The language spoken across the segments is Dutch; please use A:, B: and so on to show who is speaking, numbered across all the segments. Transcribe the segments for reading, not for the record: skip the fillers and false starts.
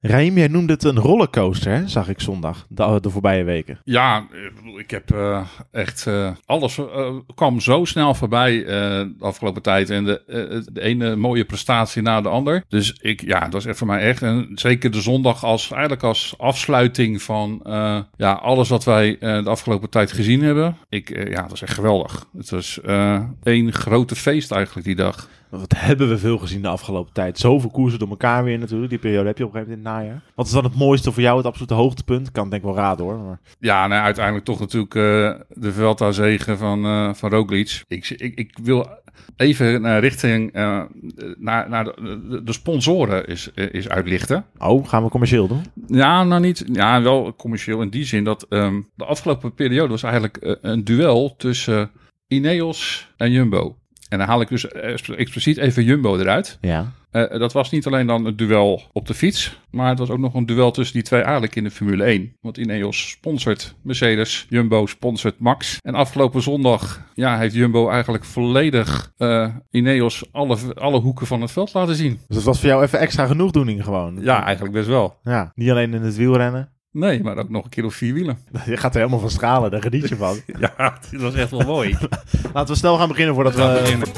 A: Raim, jij noemde het een rollercoaster, hè? Zag ik zondag, de voorbije weken.
B: Ja, ik heb echt alles kwam zo snel voorbij de afgelopen tijd. En de ene mooie prestatie na de ander. Dus dat was echt voor mij echt. En zeker de zondag eigenlijk als afsluiting van alles wat wij de afgelopen tijd gezien hebben. Het was echt geweldig. Het was één grote feest eigenlijk die dag.
A: Wat hebben we veel gezien de afgelopen tijd. Zoveel koersen door elkaar weer natuurlijk. Die periode heb je op een gegeven moment in het najaar. Wat is dan het mooiste voor jou, het absolute hoogtepunt? Kan denk ik wel raden hoor. Maar...
B: Ja, uiteindelijk toch natuurlijk de Vuelta-zege van Roglic. Ik wil even richting naar de sponsoren is uitlichten.
A: Oh, gaan we commercieel doen?
B: Ja, nou niet. Ja, wel commercieel in die zin dat de afgelopen periode was eigenlijk een duel tussen Ineos en Jumbo. En dan haal ik dus expliciet even Jumbo eruit.
A: Ja.
B: Dat was niet alleen dan een duel op de fiets, maar het was ook nog een duel tussen die twee eigenlijk in de Formule 1. Want Ineos sponsort Mercedes, Jumbo sponsort Max. En afgelopen zondag heeft Jumbo eigenlijk volledig Ineos alle hoeken van het veld laten zien.
A: Dus dat was voor jou even extra genoegdoening gewoon?
B: Ja, eigenlijk best wel.
A: Ja, niet alleen in het wielrennen.
B: Nee, maar ook nog een keer op 4 wielen.
A: Je gaat er helemaal van stralen, daar geniet je van.
B: Ja, dit was echt wel mooi.
A: Laten we snel gaan beginnen voordat we...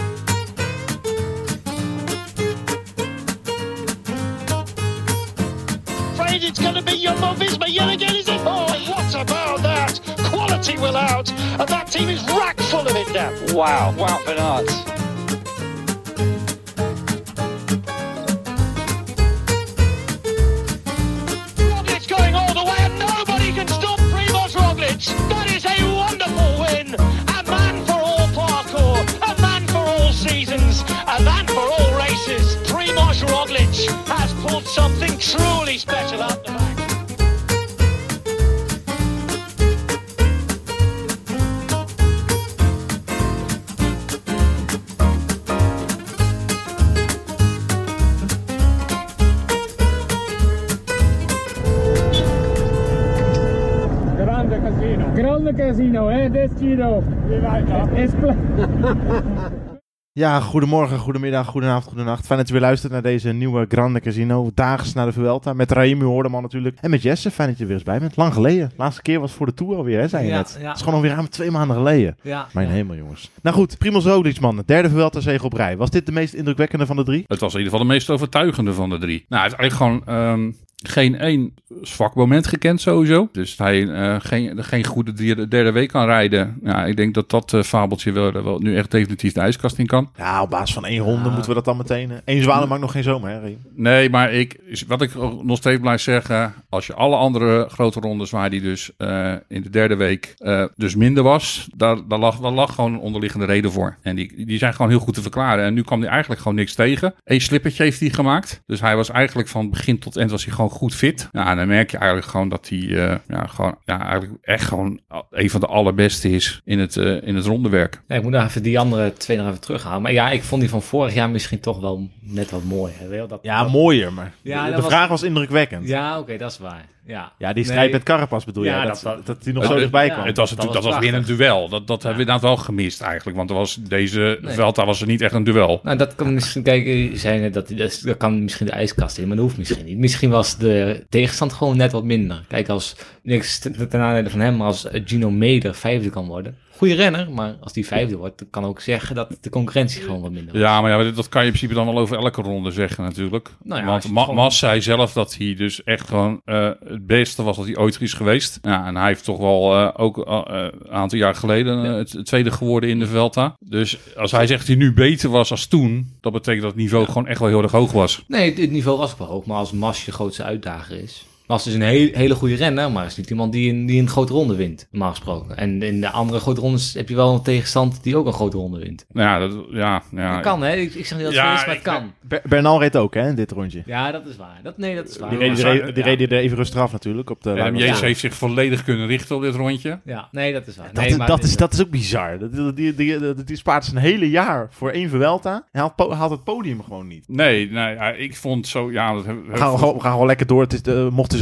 C: Afraid it's going to be Jumbo-Visma yet again, is it? Oh, what about that? Quality will out, and that team is rack full of it now.
D: Wow, Wout van Aert.
C: That is a wonderful win. A man for all parkour, a man for all seasons, a man for all races. Primož Roglic has pulled something truly special out the back.
E: Grande casino, hè? Destino.
A: Ja, goedemorgen, goedemiddag, goedenavond, goedenacht. Fijn dat je weer luistert naar deze nieuwe Grande Casino. Daags naar de Vuelta. Met Raim, u hoorde hem al natuurlijk. En met Jesse, fijn dat je er weer eens bij bent. Lang geleden. Laatste keer was voor de Tour alweer, hè, zei je net.
F: Ja.
A: Het is gewoon alweer aan 2 maanden geleden.
F: Ja.
A: Mijn hemel, jongens. Nou goed, Primož Roglic, man. Derde Vuelta-zege op rij. Was dit de meest indrukwekkende van de 3?
B: Het was in ieder geval de meest overtuigende van de 3. Nou, het is eigenlijk gewoon... geen één zwak moment gekend sowieso. Dus hij geen goede derde week kan rijden. Ja, ik denk dat fabeltje wel nu echt definitief de ijskast in kan.
A: Ja, op basis van 1 ronde moeten we dat dan meteen... 1 zwaluw maakt nog geen zomer, hè, Reem?
B: Nee, maar wat ik nog steeds blijf zeggen... als je alle andere grote rondes waar die dus in de derde week dus minder was... daar lag gewoon een onderliggende reden voor. En die zijn gewoon heel goed te verklaren. En nu kwam hij eigenlijk gewoon niks tegen. 1 slippertje heeft hij gemaakt. Dus hij was eigenlijk van begin tot eind was hij gewoon goed fit. Ja, en dan merk je eigenlijk gewoon dat hij eigenlijk echt gewoon een van de allerbeste is in het rondewerk.
F: Ja, ik moet nog even die andere 2 nog even terughalen. Maar ja, ik vond die van vorig jaar misschien toch wel net wat mooier.
A: Mooier, maar
F: ja,
A: de vraag was indrukwekkend.
F: Ja, oké, dat is waar. Ja,
A: die strijd met Carapaz bedoel je?
F: Ja,
A: dat die nog zo dichtbij kwam.
B: Dat was weer een duel. Dat hebben we inderdaad wel gemist eigenlijk. Want er was Vuelta was er niet echt een duel.
F: Nou, dat kan misschien... Kijk, je zei net dat kan misschien de ijskast in, maar dat hoeft misschien niet. Misschien was de tegenstand gewoon net wat minder. Kijk, als niks ten nadele van hem, maar als Gino Meder 5e kan worden... Goeie renner, maar als die 5e wordt, dan kan ook zeggen dat de concurrentie gewoon wat minder is.
B: Ja, maar dat kan je in principe dan wel over elke ronde zeggen natuurlijk. Nou ja, want Mas zei zelf dat hij dus echt gewoon het beste was dat hij ooit is geweest. Ja, en hij heeft toch wel ook een aantal jaar geleden het tweede geworden in de Vuelta. Dus als hij zegt dat hij nu beter was als toen, dat betekent dat het niveau gewoon echt wel heel erg hoog was.
F: Nee, het niveau was wel hoog, maar als Mas je grootste uitdager is... Mas is een hele goede renner, maar is niet iemand die een grote ronde wint, normaal gesproken. En in de andere grote rondes heb je wel een tegenstand die ook een grote ronde wint.
B: Dat
F: kan, hè? Ik zeg niet dat het zo is, maar het kan.
A: Bernal reed ook, hè, in dit rondje.
F: Ja, dat is waar. Dat is waar.
A: Die reed er even rustig af natuurlijk. Op de
B: Jezus heeft zich volledig kunnen richten op dit rondje.
F: Ja, nee, dat is waar.
A: Dat is ook bizar. Die spaart zijn hele jaar voor 1 Vuelta en haalt het podium gewoon niet.
B: Nee, ik vond zo... Ja,
A: we gaan gewoon lekker door. Mochten ze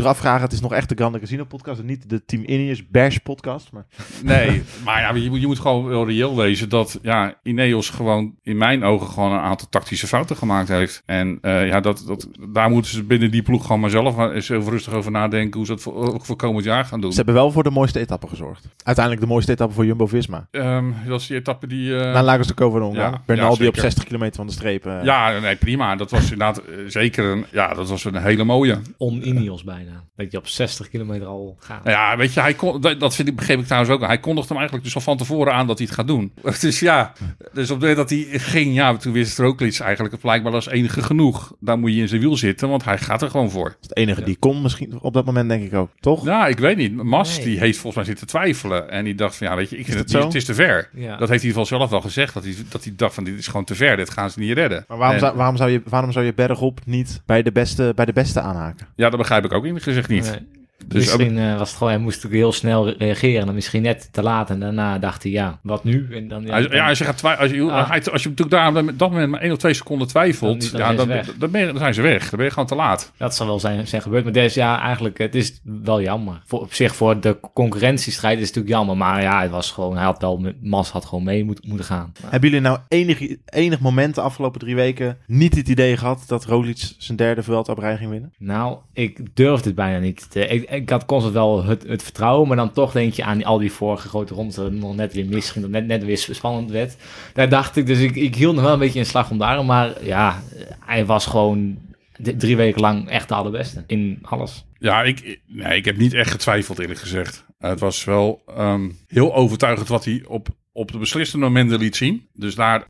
A: zich afvragen, het is nog echt de Grande Casino podcast en niet de Team Ineos Bash podcast. Maar...
B: Nee, maar ja, je moet gewoon wel reëel wezen dat Ineos gewoon in mijn ogen gewoon een aantal tactische fouten gemaakt heeft. En daar moeten ze binnen die ploeg gewoon maar zelf eens even rustig over nadenken hoe ze het voor komend jaar gaan doen.
A: Ze hebben wel voor de mooiste etappe gezorgd. Uiteindelijk de mooiste etappe voor Jumbo-Visma.
B: Dat is die etappe die...
A: Na Lagos de Covadonga.
B: Ja,
A: Bernal die op
B: zeker.
A: 60 kilometer van de streep...
B: Ja, nee, prima. Dat was inderdaad zeker dat was een hele mooie.
F: On-Ineos bijna. Dat je op 60 kilometer al gaat.
B: Ja, weet je, begreep ik trouwens ook. Hij kondigt hem eigenlijk dus al van tevoren aan dat hij het gaat doen. Dus op het moment dat hij ging, toen wist Roglic eigenlijk blijkbaar als enige genoeg. Daar moet je in zijn wiel zitten, want hij gaat er gewoon voor.
A: Dat is het enige die kon misschien op dat moment, denk ik ook. Toch?
B: Ja, ik weet niet. Mas, die heeft volgens mij zitten twijfelen. En die dacht van, weet je, het is te ver.
F: Ja.
B: Dat heeft hij in ieder geval zelf wel gezegd. Dat hij dacht van, dit is gewoon te ver. Dit gaan ze niet redden.
A: Maar waarom zou je bergop niet bij de beste aanhaken?
B: Ja, dat begrijp ik ook eerlijk gezegd niet.
F: Nee.
B: Dus
F: misschien was het gewoon, hij moest heel snel reageren en misschien net te laat. En daarna dacht hij, wat nu? En dan,
B: als je natuurlijk daar op dat moment maar 1 of 2 seconden twijfelt, dan zijn ze weg. Dan ben je gewoon te laat.
F: Dat zal wel zijn gebeurd. Maar eigenlijk, het is wel jammer. Voor de concurrentiestrijd is het natuurlijk jammer. Maar het was gewoon, Mas had gewoon mee moeten gaan. Maar...
A: Hebben jullie nou enig moment de afgelopen 3 weken niet het idee gehad dat Roglic zijn 3e Vuelta op rij ging winnen?
F: Nou, ik durfde het bijna niet. Ik had constant wel het vertrouwen, maar dan toch denk je aan al die vorige grote rondes dat het nog net weer misging, dat net weer spannend werd. Daar dacht ik, dus ik hield nog wel een beetje in slag om daar, maar hij was gewoon 3 weken lang echt de allerbeste in alles.
B: Ja, ik heb niet echt getwijfeld eerlijk gezegd. Het was wel heel overtuigend wat hij op de beslissende momenten liet zien. Dus daar,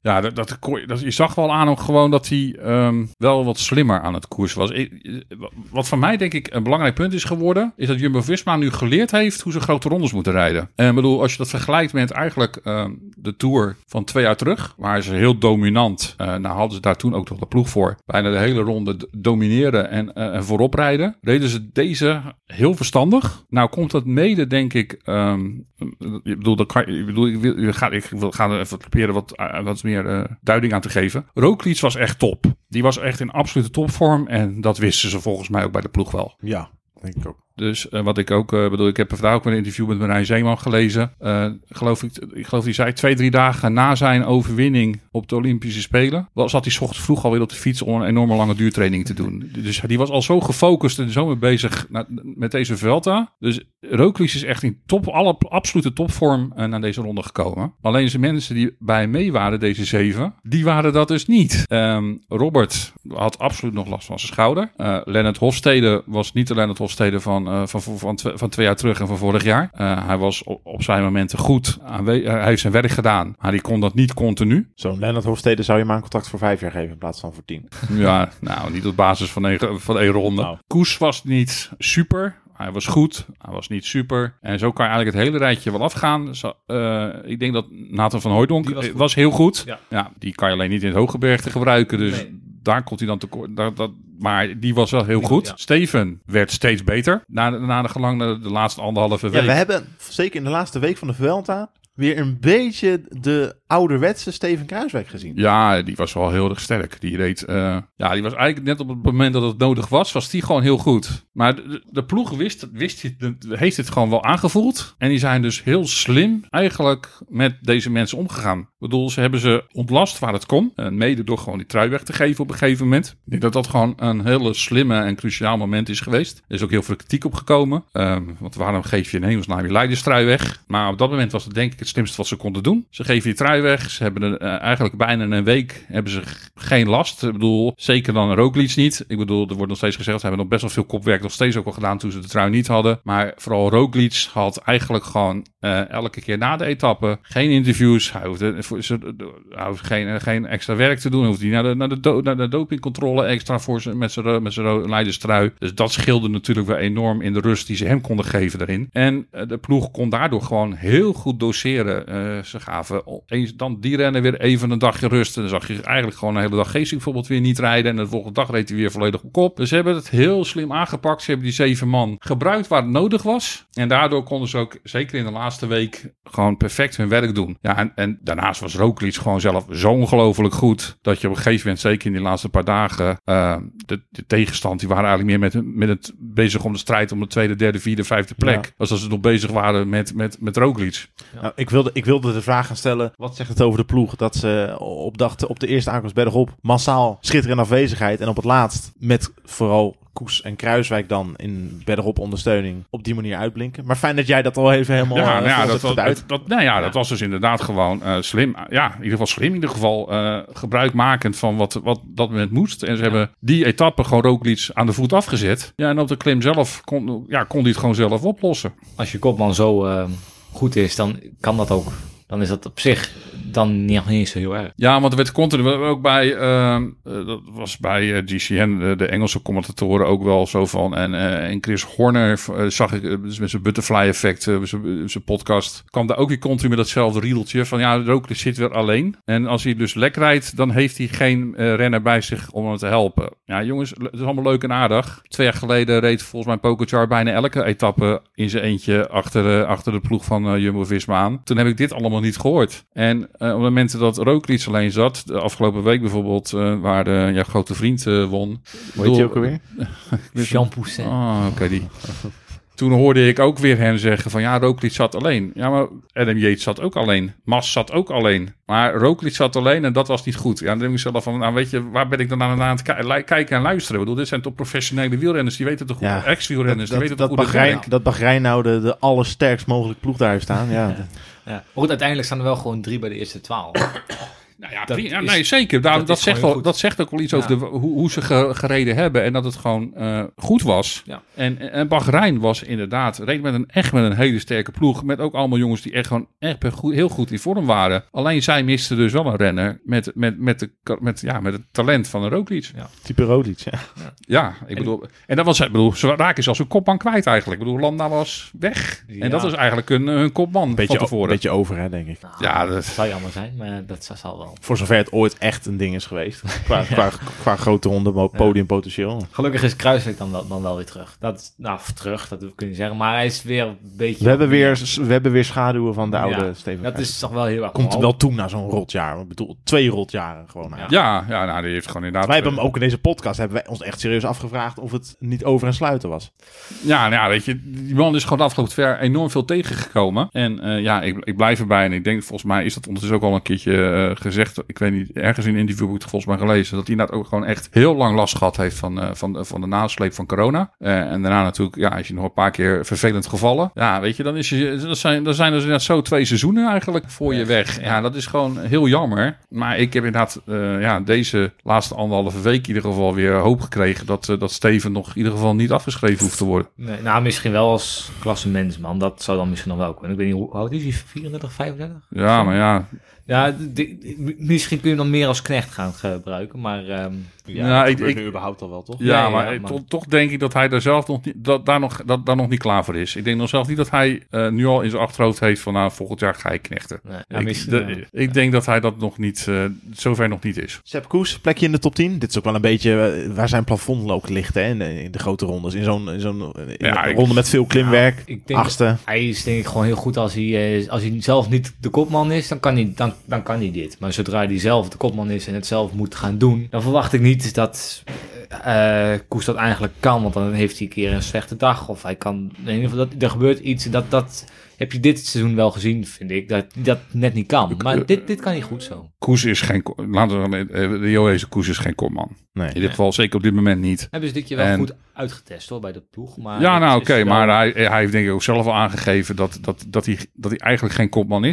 B: je zag wel aan hem gewoon dat hij wel wat slimmer aan het koers was. Wat voor mij denk ik een belangrijk punt is geworden, is dat Jumbo-Visma nu geleerd heeft hoe ze grote rondes moeten rijden. En ik bedoel, als je dat vergelijkt met eigenlijk de Tour van 2 jaar terug, waar ze heel dominant, hadden ze daar toen ook toch de ploeg voor, bijna de hele ronde domineren en voorop rijden, reden ze deze heel verstandig. Nou komt dat mede, denk ik, ik wil gaan even proberen wat meer duiding aan te geven. Roglic was echt top. Die was echt in absolute topvorm en dat wisten ze volgens mij ook bij de ploeg wel.
A: Ja, denk ik ook.
B: Dus wat ik ook ik heb vandaag ook een interview met Marijn Zeeman gelezen. Ik geloof die zei 2-3 dagen na zijn overwinning op de Olympische Spelen, zat hij 's ochtends vroeg alweer op de fiets om een enorme lange duurtraining te doen. Dus die was al zo gefocust en zo mee bezig met deze Vuelta. Dus Roglic is echt in absolute topvorm naar deze ronde gekomen. Alleen de mensen die bij mee waren, deze 7, die waren dat dus niet. Robert had absoluut nog last van zijn schouder. Lennart Hofstede was niet de Lennart Hofstede van 2 jaar terug en van vorig jaar. Hij was op zijn momenten goed. Hij heeft zijn werk gedaan, maar die kon dat niet continu.
A: Zo'n Lennart Hofstede zou je maar een contract voor 5 jaar geven in plaats van voor 10.
B: Ja, niet op basis van één ronde.
A: Nou.
B: Koes was niet super. Hij was goed, hij was niet super. En zo kan je eigenlijk het hele rijtje wel afgaan. Ik denk dat Nathan van Hooijdonk was heel goed. Ja, die kan je alleen niet in het Hooggebergte gebruiken. Dus daar komt hij dan tekort. Maar die was wel heel goed. Ja. Steven werd steeds beter na de laatste 1,5 week.
A: Ja, we hebben zeker in de laatste week van de Vuelta weer een beetje de ouderwetse Steven Kruijswijk gezien.
B: Ja, die was wel heel erg sterk. Die reed, die was eigenlijk net op het moment dat het nodig was die gewoon heel goed. Maar de ploeg heeft het gewoon wel aangevoeld. En die zijn dus heel slim eigenlijk met deze mensen omgegaan. Ik bedoel, ze hebben ze ontlast waar het kon. Mede door gewoon die trui weg te geven op een gegeven moment. Ik denk dat dat gewoon een hele slimme en cruciaal moment is geweest. Er is ook heel veel kritiek op gekomen. Want waarom geef je in hemelsnaam je leiderstrui weg? Maar op dat moment was het denk ik het slimste wat ze konden doen. Ze geven die trui weg. Ze hebben eigenlijk bijna een week hebben ze geen last. Ik bedoel, zeker dan Roglic niet. Ik bedoel, er wordt nog steeds gezegd, ze hebben nog best wel veel kopwerk nog steeds ook al gedaan toen ze de trui niet hadden. Maar vooral Roglic had eigenlijk gewoon elke keer na de etappe geen interviews. Hij hoeft geen extra werk te doen. Hij hoeft niet naar de dopingcontrole extra met zijn leiderstrui. Dus dat scheelde natuurlijk wel enorm in de rust die ze hem konden geven daarin. En de ploeg kon daardoor gewoon heel goed doseren reageren. Ze gaven dan die rennen weer even een dagje rust. En dan zag je eigenlijk gewoon een hele dag Geesink bijvoorbeeld weer niet rijden. En de volgende dag reed hij weer volledig op kop. Dus ze hebben het heel slim aangepakt. Ze hebben die 7 man gebruikt waar het nodig was. En daardoor konden ze ook, zeker in de laatste week, gewoon perfect hun werk doen. Ja, en daarnaast was Roglic gewoon zelf zo ongelooflijk goed, dat je op een gegeven moment, zeker in die laatste paar dagen, de tegenstand, die waren eigenlijk meer met het bezig om de strijd om de tweede, derde, vierde, vijfde plek.
A: Ja.
B: Als dat ze nog bezig waren met Roglic.
A: Ja. Nou, ik wilde de vraag gaan stellen, wat zegt het over de ploeg dat ze op de eerste aankomst bergop massaal schitterende afwezigheid en op het laatst met vooral Koes en Kruiswijk dan in bergop ondersteuning op die manier uitblinken. Maar fijn dat jij dat al even helemaal dat
B: was dus inderdaad gewoon slim. Ja, in ieder geval slim. In ieder geval gebruikmakend van wat dat moment moest. En ze hebben die etappe gewoon Roglic aan de voet afgezet. Ja, en op de klim zelf kon hij het gewoon zelf oplossen.
F: Als je kopman zo goed is, dan kan dat ook. Dan is dat op zich dan niet eens zo heel erg.
B: Ja, want er werd continu ook bij, dat was bij GCN, de Engelse commentatoren ook wel zo van. En Chris Horner zag ik, dus met zijn butterfly effect, zijn podcast, kwam daar ook weer continu met datzelfde riedeltje van ja, Roglic zit weer alleen. En als hij dus lek rijdt, dan heeft hij geen renner bij zich om hem te helpen. Ja, jongens, het is allemaal leuk en aardig. 2 jaar geleden reed volgens mij Pogačar bijna elke etappe in zijn eentje achter de ploeg van Jumbo-Visma aan. Toen heb ik dit allemaal niet gehoord. En op het moment dat Roglic alleen zat, de afgelopen week bijvoorbeeld, waar de grote vriend won.
A: Hoe heet je ook alweer?
F: Jean Poussin.
B: Oké, die. Toen hoorde ik ook weer hem zeggen van ja, Roglic zat alleen. Ja, maar Adam Yates zat ook alleen. Mas zat ook alleen. Maar Roglic zat alleen en dat was niet goed. Ja, dan denk ik zelf van, nou weet je, waar ben ik dan aan het kijken en luisteren? Ik bedoel, dit zijn toch professionele wielrenners, die weten toch goed, ex-wielrenners, die weten toch goed het werk.
A: Dat Bahrein nou de allersterkst mogelijke ploeg daar heeft staan, ja.
F: Ja. Maar goed, uiteindelijk staan er wel gewoon 3 bij de eerste 12.
B: Nou ja, nee, zeker. Dat zegt ook wel iets over hoe ze gereden hebben. En dat het gewoon goed was. Ja. En Bahrein was inderdaad, reed met een hele sterke ploeg. Met ook allemaal jongens die echt heel goed in vorm waren. Alleen zij misten dus wel een renner met het talent van een Roglic.
A: Ja. Type Roglic, ja.
B: Ja, ze raken zelfs hun kopman kwijt eigenlijk. Ik bedoel, Landa was weg. Ja. En dat is eigenlijk hun kopman van tevoren.
A: Een beetje over, hè, denk ik.
F: Nou, ja, dat zou jammer zijn, maar dat zal wel.
A: Voor zover het ooit echt een ding is geweest. Qua grote ronde, podiumpotentieel.
F: Gelukkig is Kruiswijk dan wel weer terug. Dat kun je zeggen. Maar hij is weer een beetje...
A: We hebben weer schaduwen van de oude Steven.
F: Dat is toch wel heel erg.
A: Komt wel toe na zo'n rotjaar. Ik bedoel, 2 rotjaren gewoon.
B: Ja, die heeft gewoon inderdaad...
A: Wij hebben hem ook in deze podcast, hebben wij ons echt serieus afgevraagd of het niet over en sluiten was.
B: Ja, nou ja, weet je, die man is gewoon de afgelopen 2 jaar enorm veel tegengekomen. En ik blijf erbij. En ik denk, volgens mij is dat ondertussen ook al een keertje gezegd. Ik weet niet, ergens in een interview heb ik het volgens mij gelezen, dat hij inderdaad ook gewoon echt heel lang last gehad heeft van de nasleep van corona. En daarna natuurlijk, is je nog een paar keer vervelend gevallen. Ja, weet je, dan zijn dus inderdaad zo 2 seizoenen eigenlijk voor je weg. Ja, dat is gewoon heel jammer. Maar ik heb inderdaad deze laatste 1,5 week in ieder geval weer hoop gekregen dat Steven nog in ieder geval niet afgeschreven hoeft te worden.
F: Nee, nou, misschien wel als klassementsman. Dat zou dan misschien nog wel kunnen. Ik weet niet, hoe oud is hij? 34, 35?
B: Ja, maar ja...
F: Ja, misschien kun je hem dan meer als knecht gaan gebruiken, maar...
A: ik überhaupt al wel, toch?
B: Ja, maar toch denk ik dat hij daar zelf nog niet, daar nog niet klaar voor is. Ik denk nog zelf niet dat hij nu al in zijn achterhoofd heeft van volgend jaar ga ik knechten. Ik denk dat hij dat nog niet, zover nog niet is.
A: Sepp Kuss, plekje in de top 10. Dit is ook wel een beetje waar zijn plafond ook ligt, hè, in de grote rondes. In zo'n ronde met veel klimwerk.
F: Ik denk
A: 8e.
F: Hij is denk ik gewoon heel goed als hij zelf niet de kopman is, dan kan hij dit. Maar zodra hij zelf de kopman is en het zelf moet gaan doen, dan verwacht ik niet dat Koes dat eigenlijk kan. Want dan heeft hij een keer een slechte dag. Of hij kan, in ieder geval, er gebeurt iets. Dat heb je dit seizoen wel gezien, vind ik. Dat net niet kan. Maar dit kan niet goed zo.
B: Koes is geen... de Johezen Koes is geen kopman. Nee. In ieder geval zeker op dit moment niet.
F: Hebben ze dit keer wel goed uitgetest hoor, bij de ploeg. Maar
B: ja, nou oké. Maar hij heeft denk ik ook zelf al aangegeven dat hij eigenlijk geen kopman is.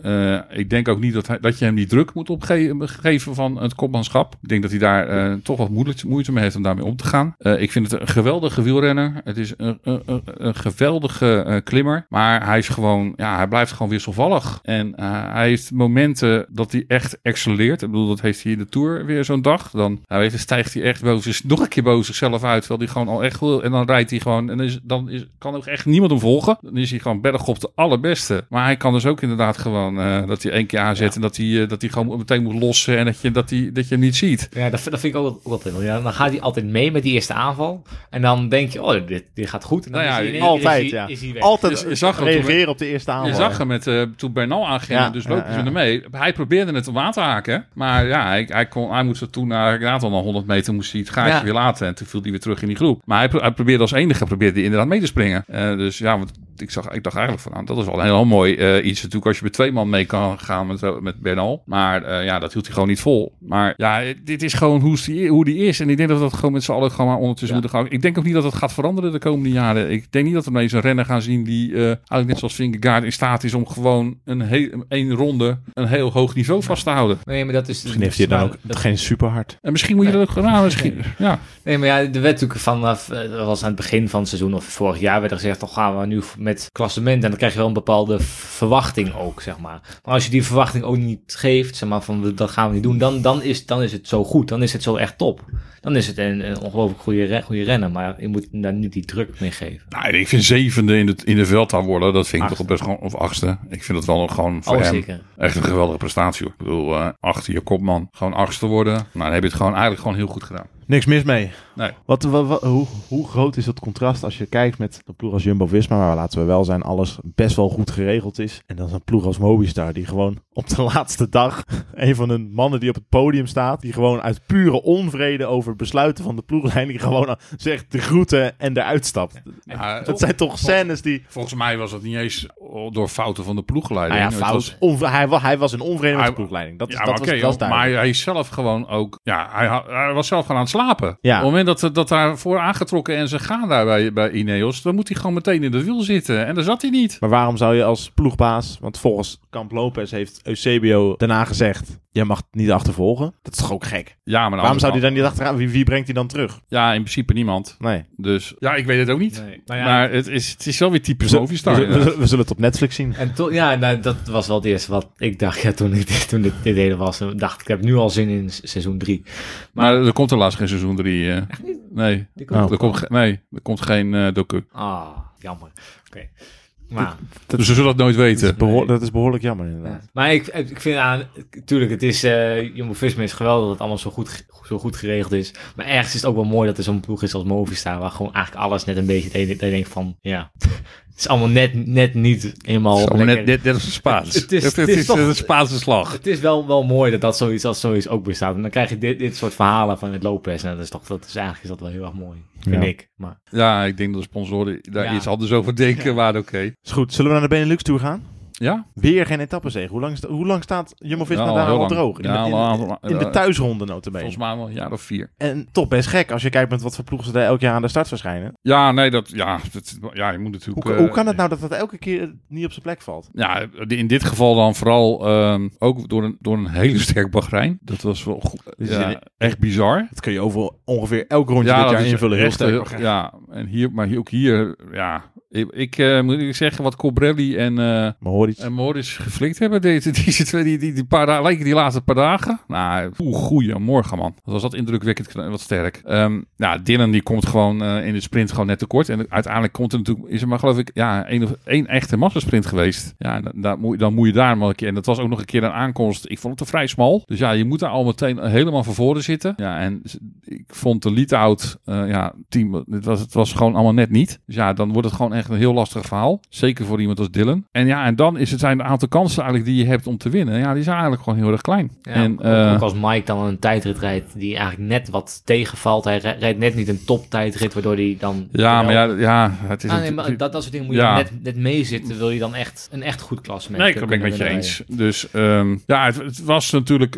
B: ik denk ook niet dat je hem die druk moet opgeven van het kopmanschap. Ik denk dat hij daar toch wat moeite mee heeft om daarmee om te gaan. Ik vind het een geweldige wielrenner. Het is een geweldige klimmer. Maar hij is gewoon, hij blijft gewoon wisselvallig. En hij heeft momenten dat hij echt excelleert. Ik bedoel, dat heeft hij in de Tour weer zo'n dag. Dan stijgt hij echt nog een keer boven zichzelf uit. Terwijl hij gewoon al echt goed. En dan rijdt hij gewoon. En dan kan ook echt niemand hem volgen. Dan is hij gewoon bergop de allerbeste. Maar hij kan dus ook inderdaad gewoon dat hij 1 keer aanzet. En dat hij gewoon meteen moet lossen. En dat je hem niet ziet.
F: Ja, dat vind ik ook altijd wel. Ja, dan gaat hij altijd mee met die eerste aanval. En dan denk je, dit gaat goed. En dan is hij weg.
A: Altijd reageren op de eerste aanval.
B: Je zag hem toen Bernal aanging. Dus lopen ze ermee. Hij probeerde het om aan te haken. Maar ja, hij moest er toen na 100 meter moest hij het gaatje weer laten. En toen viel hij weer terug in die groep. Maar hij probeerde als enige inderdaad mee te springen. Dus ja, want ik dacht eigenlijk van, dat is wel een heel mooi iets natuurlijk als je met 2 man mee kan gaan met Bernal. Maar dat hield hij gewoon niet vol. Maar ja, dit is gewoon hoe die is. En ik denk dat we dat gewoon met z'n allen gewoon maar ondertussen moeten gaan. Ik denk ook niet dat het gaat veranderen de komende jaren. Ik denk niet dat we ineens een renner gaan zien die eigenlijk net zoals Vingegaard in staat is om gewoon één ronde een heel hoog niveau vast te houden.
F: Nee, maar dat is...
A: Misschien heeft hij dan ook geen super hard.
B: En misschien moet je dat ook... misschien, ja.
F: Nee, maar ja, er werd natuurlijk vanaf... Dat was aan het begin van het seizoen of vorig jaar werd er gezegd, dan gaan we nu met klassement. En dan krijg je wel een bepaalde verwachting ook, zeg maar. Maar als je die verwachting ook niet geeft, zeg maar, van dat gaan we niet doen, dan is het zo goed. Dan is het zo echt top. Dan is het een ongelooflijk goede renner. Maar je moet daar niet die druk mee geven.
B: Nou, ik vind 7e in de Vuelta worden, dat vind ik toch best gewoon... Of 8e. Ik vind het wel nog gewoon voor hem
F: zeker. Echt
B: een geweldige prestatie. Hoor. Ik bedoel, achter je kopman gewoon 8e worden. Nou, dan heb je het eigenlijk gewoon heel goed gedaan.
A: Niks mis mee.
B: Nee.
A: Hoe groot is dat contrast als je kijkt met de ploeg als Jumbo-Visma, waar laten we wel zijn, alles best wel goed geregeld is. En dan is een ploeg als Movistar, die gewoon op de laatste dag, een van de mannen die op het podium staat, die gewoon uit pure onvrede over besluiten van de ploegleiding gewoon zegt de groeten en eruit stapt.
B: Ja,
A: dat zijn toch scènes die...
B: Volgens mij was dat niet eens door fouten van de ploegleiding.
A: Hij was in onvrede met de ploegleiding. Dat was
B: maar hij is zelf gewoon ook... Ja, hij was zelf gewoon aan het slapen.
A: Ja.
B: Op het moment dat daar voor aangetrokken en ze gaan daar bij Ineos, dan moet hij gewoon meteen in de wiel zitten. En daar zat hij niet.
A: Maar waarom zou je als ploegbaas, want volgens Camp Lopez heeft Eusebio daarna gezegd, jij mag niet achtervolgen. Dat is toch ook gek?
B: Ja, maar
A: waarom zou hij dan niet achteraan? Wie brengt hij dan terug?
B: Ja, in principe niemand.
A: Nee.
B: Dus ja, ik weet het ook niet. Nee.
F: Nou ja,
B: maar het is wel weer typisch Movistar.
A: We zullen het op Netflix zien.
F: En dat was wel het eerste wat ik dacht. Ja, toen dit hele was, dacht ik heb nu al zin in seizoen 3.
B: Maar er komt helaas geen seizoen 3.
F: Echt niet?
B: Nee. Er komt geen docu.
F: Jammer. Oké. Maar,
B: dus we zullen het nooit weten.
A: Dat is behoorlijk jammer inderdaad.
F: Ja. Maar ik vind natuurlijk, het is Jumbo-Visma is geweldig dat het allemaal zo goed geregeld is. Maar ergens is het ook wel mooi dat er zo'n ploeg is als Movistar, waar gewoon eigenlijk alles net een beetje, dat je denkt van, ja, het is allemaal net niet helemaal...
B: Het is allemaal net als een Spaans. Het is een Spaanse slag.
F: Het is wel mooi dat zoiets ook bestaat. En dan krijg je dit soort verhalen van het Lopez. En eigenlijk is dat wel heel erg mooi, vind ik. Maar...
B: Ja, ik denk dat de sponsoren daar iets anders over denken, maar oké.
A: Is goed, zullen we naar de Benelux toe gaan?
B: Ja?
A: Weer geen etappenzege. Hoe lang staat Jumbo-Visma daar al droog? In de thuisronde notabene.
B: Volgens mij wel een jaar of 4.
A: En toch best gek als je kijkt met wat voor ploegen ze daar elk jaar aan de start verschijnen.
B: Ja, nee, je moet natuurlijk...
A: Hoe kan het nou dat elke keer niet op zijn plek valt?
B: Ja, in dit geval dan vooral ook door een hele sterk Bahrein. Dat was wel echt bizar.
A: Dat kun je over ongeveer elk rondje dit jaar invullen. Heel sterk Bahrein.
B: Ja, en hier, ik moet zeggen wat Colbrelli en Mohoric geflikt hebben. Die laatste paar dagen. Nou, goeiemorgen man. Wat was dat indrukwekkend wat sterk. Dylan die komt gewoon in de sprint gewoon net tekort. En uiteindelijk komt er natuurlijk, is er maar geloof ik, één echte massasprint geweest. Ja, dan moet je daar maar een keer. En dat was ook nog een keer een aankomst. Ik vond het te vrij smal. Dus ja, je moet daar al meteen helemaal van voren zitten. Ja, en ik vond de lead-out team, het was gewoon allemaal net niet. Dus ja, dan wordt het gewoon echt een heel lastig verhaal. Zeker voor iemand als Dylan. En dan zijn een aantal kansen eigenlijk die je hebt om te winnen. Ja, die zijn eigenlijk gewoon heel erg klein.
F: Ja, en, ook als Mike dan een tijdrit rijdt die eigenlijk net wat tegenvalt. Hij rijdt net niet een toptijdrit, waardoor hij dan...
B: Ja, het is...
F: maar dat soort dingen moet je net meezitten. Wil je dan echt een echt goed klassement?
B: Nee, dat ben ik met je eens. Dus het was natuurlijk...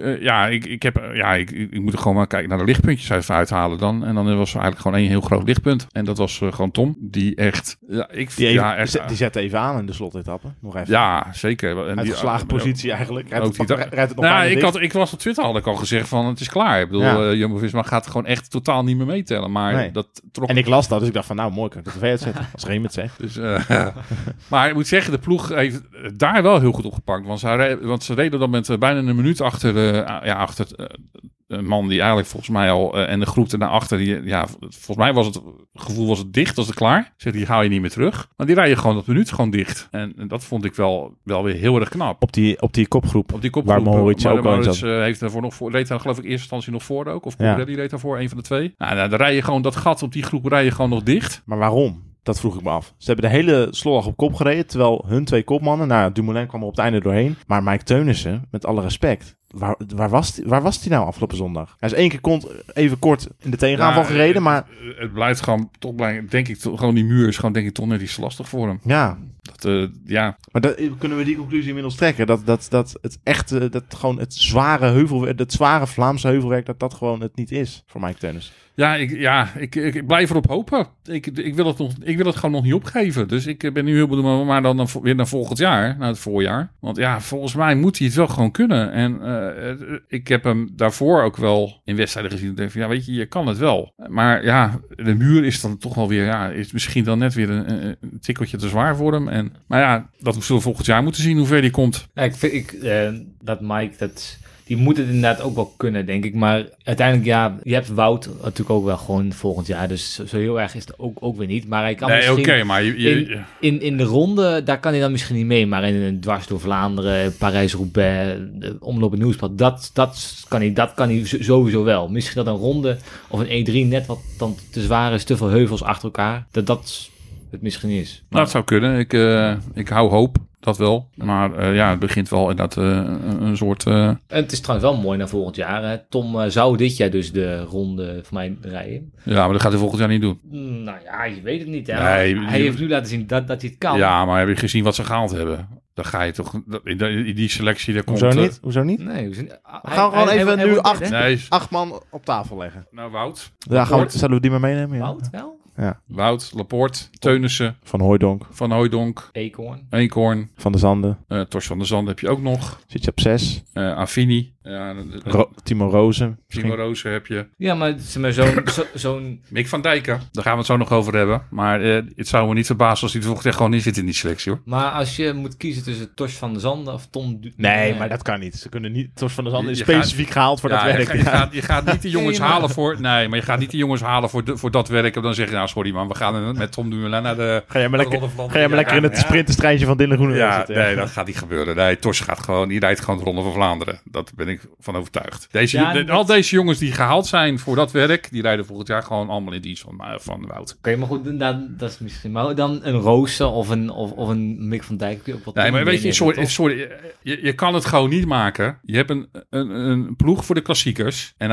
B: ik moet er gewoon maar kijken naar de lichtpuntjes uithalen dan. En dan was er eigenlijk gewoon één heel groot lichtpunt. En dat was gewoon Tom. Die echt
A: Die zette even aan in de slotetappe. Nog even.
B: Ja, zeker. En
A: uitgeslagen positie eigenlijk. Rijdt het nog
B: ik was op Twitter, had ik al gezegd van het is klaar. Ik bedoel, Jumbo-Visma gaat gewoon echt totaal niet meer meetellen. Maar dat trok...
A: En ik las dat, dus ik dacht van nou mooi, kan ik dat even uitzetten. Als Reem het zegt.
B: Dus, maar ik moet zeggen, de ploeg heeft daar wel heel goed opgepakt. Want ze reden dan met bijna een minuut achter een man die eigenlijk volgens mij al... en de groep ernaar achter, volgens mij was het gevoel was het dicht als het klaar. Zeg, die haal je niet meer terug. Maar die rijden gewoon dat minuut gewoon dicht. En dat vond ik wel weer heel erg knap.
A: Op die kopgroep.
B: Op die kopgroep.
A: Waar Mohoric ook al
B: zat. Heeft daarvoor nog voor, reed daar geloof ik eerste instantie nog voor ook. Of Colbrelli reed daarvoor, een van de twee. Nou, dan rij je gewoon dat gat op die groep rij je gewoon nog dicht.
A: Maar waarom? Dat vroeg ik me af. Ze hebben de hele slotdag op kop gereden, terwijl hun 2 kopmannen... Nou, Dumoulin kwam er op het einde doorheen. Maar Mike Teunissen, met alle respect... Waar was hij nou afgelopen zondag? Hij is 1 keer even kort in de tegenaanval gereden, maar...
B: Het blijft gewoon, denk ik, gewoon die muur is gewoon denk ik toch net iets lastig voor hem.
A: Ja.
B: Maar
A: kunnen we die conclusie inmiddels trekken? Dat het echte, dat gewoon het zware Vlaamse heuvelwerk, dat gewoon het niet is voor Mike Teunissen.
B: Ik blijf erop hopen. Ik wil het gewoon nog niet opgeven. Dus ik ben nu heel benieuwd, maar dan weer naar volgend jaar, naar het voorjaar. Want volgens mij moet hij het wel gewoon kunnen. En ik heb hem daarvoor ook wel in wedstrijden gezien. Ik denk van, weet je kan het wel. Maar de muur is dan toch wel weer, is misschien dan net weer een tikkeltje te zwaar voor hem. Maar dat zullen we volgend jaar moeten zien hoe ver die komt.
F: Ja, ik vind dat Mike, die moet het inderdaad ook wel kunnen, denk ik. Maar uiteindelijk, je hebt Wout natuurlijk ook wel gewoon volgend jaar. Dus zo heel erg is het ook weer niet. Maar hij kan
B: maar
F: in de ronde, daar kan hij dan misschien niet mee. Maar in een dwars door Vlaanderen, Parijs-Roubaix, Omloop en Nieuwsblad, dat kan hij sowieso wel. Misschien dat een ronde of een E3 net wat dan te zwaar is, te veel heuvels achter elkaar. Dat het misschien is.
B: Maar dat zou kunnen. Ik hou hoop. Dat wel. Maar het begint wel inderdaad een soort...
F: En het is trouwens wel mooi naar volgend jaar. Hè? Tom zou dit jaar dus de ronde voor mij rijden.
B: Ja, maar dat gaat hij volgend jaar niet doen.
F: Nou ja, je weet het niet. Hè?
B: Nee,
F: hij heeft nu laten zien dat hij het kan.
B: Ja, maar heb je gezien wat ze gehaald hebben? Dan ga je toch... In die selectie... Daar
A: Hoezo
B: komt,
A: niet? Hoezo niet?
F: Nee.
A: We gaan gewoon even nu 8 man op tafel leggen.
B: Nou, Wout.
A: Zullen we die maar meenemen? Ja.
F: Wout wel?
A: Ja.
B: Wout, Laporte, Teunissen.
A: Van Hooijdonk.
F: Eekhoorn.
A: Van der Zanden.
B: Tors van der Zanden heb je ook nog.
A: Zit je op 6.
B: Affini.
A: Timo Rozen.
B: Timo Rozen heb je.
F: Ja, maar zo'n...
B: Mick van Dijken. Daar gaan we het zo nog over hebben. Maar het zou me niet verbazen als hij er volgend jaar gewoon in zit in die selectie, hoor.
F: Maar als je moet kiezen tussen Tors van der Zanden of Tom...
A: Nee, maar dat kan niet. Ze kunnen niet... Tors van der Zanden is specifiek gehaald voor dat werk.
B: Je gaat niet de jongens halen voor... Nee, maar je gaat niet de jongens halen voor dat werk. En dan zeg je, nou sorry man, we gaan met Tom Dumoulin naar de... Ga jij
A: maar lekker in het sprinterstreintje van Dylan Groenewegen zitten.
B: Nee, dat gaat niet gebeuren. Nee, Tors die rijdt gewoon de Ronde van Vlaanderen. Dat ben ik van overtuigd. Al deze jongens die gehaald zijn voor dat werk, die rijden volgend jaar gewoon allemaal in dienst van Wout.
F: Oké, maar goed, dat is misschien... Maar dan een Roosen of een Mick van Dijk.
B: Nee, maar weet je, sorry. Je kan het gewoon niet maken. Je hebt een ploeg voor de klassiekers. En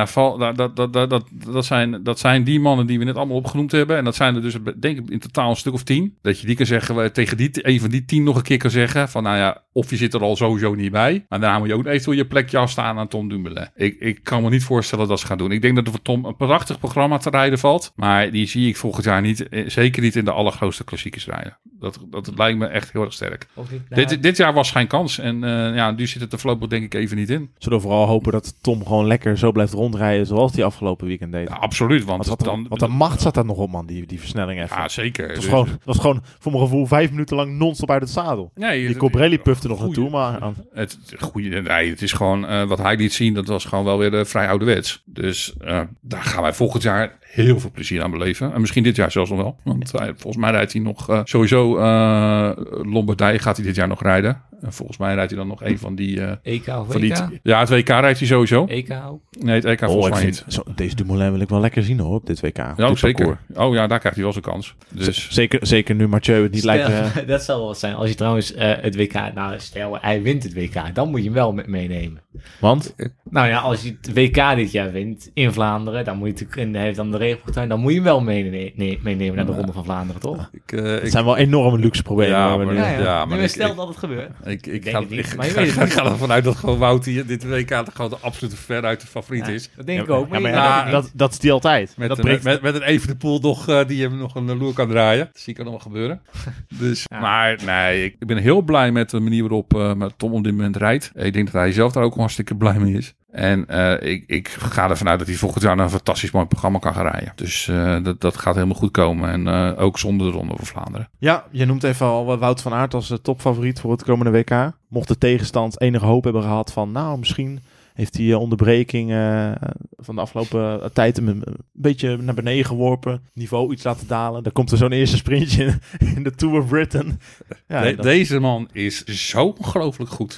B: dat zijn die mannen die we net allemaal opgenoemd hebben. En dat zijn er dus, denk ik, in totaal een stuk of 10. Dat je die kan zeggen, tegen een van die 10 nog een keer kan zeggen. Van nou ja, of je zit er al sowieso niet bij. Maar daarna moet je ook eventueel je plekje afstaan aan Tom Dumoulin. Ik kan me niet voorstellen dat ze gaan doen. Ik denk dat er voor Tom een prachtig programma te rijden valt. Maar die zie ik volgend jaar niet. Zeker niet in de allergrootste klassiekers rijden. Dat lijkt me echt heel erg sterk. Dit jaar was geen kans. En nu zit het er voorlopig denk ik even niet in.
A: Zullen we vooral hopen dat Tom gewoon lekker zo blijft rondrijden zoals hij afgelopen weekend deed.
B: Ja, absoluut.
A: Want de macht zat daar nog op, man. Die versnelling even.
B: Ja, zeker.
A: Het was gewoon voor mijn gevoel 5 minuten lang non-stop uit het zadel. Nee, die Colbrelli pufte nog naartoe, maar...
B: Het is gewoon wat hij liet zien. Dat was gewoon wel weer vrij ouderwets. Dus daar gaan wij volgend jaar heel veel plezier aan beleven. En misschien dit jaar zelfs nog wel. Want volgens mij rijdt hij nog sowieso Lombardije gaat hij dit jaar nog rijden. En volgens mij rijdt hij dan nog een van die...
F: EK of WK?
B: Het WK rijdt hij sowieso.
F: EK ook?
B: Nee, het EK volgens mij niet.
A: Deze Dumoulin wil ik wel lekker zien hoor, op dit WK.
B: Ja, zeker. Parcours. Oh ja, daar krijgt hij wel zijn kans. Dus.
A: Zeker nu Mathieu het niet lijkt...
F: Dat zal wel wat zijn. Als je trouwens het WK... Nou, stel hij wint het WK. Dan moet je hem wel meenemen.
A: Want?
F: Nou ja, als je het WK dit jaar wint in Vlaanderen, dan moet je natuurlijk in de regenboogtuin, dan moet je hem wel meenemen naar de Ronde van Vlaanderen, toch?
A: Het zijn wel enorme luxe problemen.
B: Ja,
A: waar we
B: maar-
A: nu-
B: Ja, maar
F: stel dat het gebeurt.
B: Ik
F: denk het niet, maar je weet het niet.
B: ga ervan uit dat gewoon Wout hier dit WK gewoon de absolute veruit de favoriet is.
F: Dat denk ik ook.
A: Ja, maar
F: je
A: ja,
F: weet het niet.
A: dat is die altijd.
B: Met,
A: dat
B: een,
A: breekt-
B: met een Evenepoel nog, die hem nog een loer kan draaien. Dat zie ik er nog wel gebeuren. Dus,
F: Ja.
B: Maar nee, ik ben heel blij met de manier waarop Tom op dit moment rijdt. Ik denk dat hij zelf daar ook hartstikke blij mee is. En ik ga ervan uit dat hij volgend jaar een fantastisch mooi programma kan gaan rijden. Dus dat gaat helemaal goed komen. En ook zonder de Ronde van Vlaanderen.
A: Ja, je noemt even al Wout van Aert als topfavoriet voor het komende WK. Mocht de tegenstand enige hoop hebben gehad van, nou, misschien heeft die onderbreking van de afgelopen tijd hem een beetje naar beneden geworpen. Niveau iets laten dalen. Dan komt er zo'n eerste sprintje in de Tour of Britain. Ja,
B: Deze man is zo ongelooflijk goed.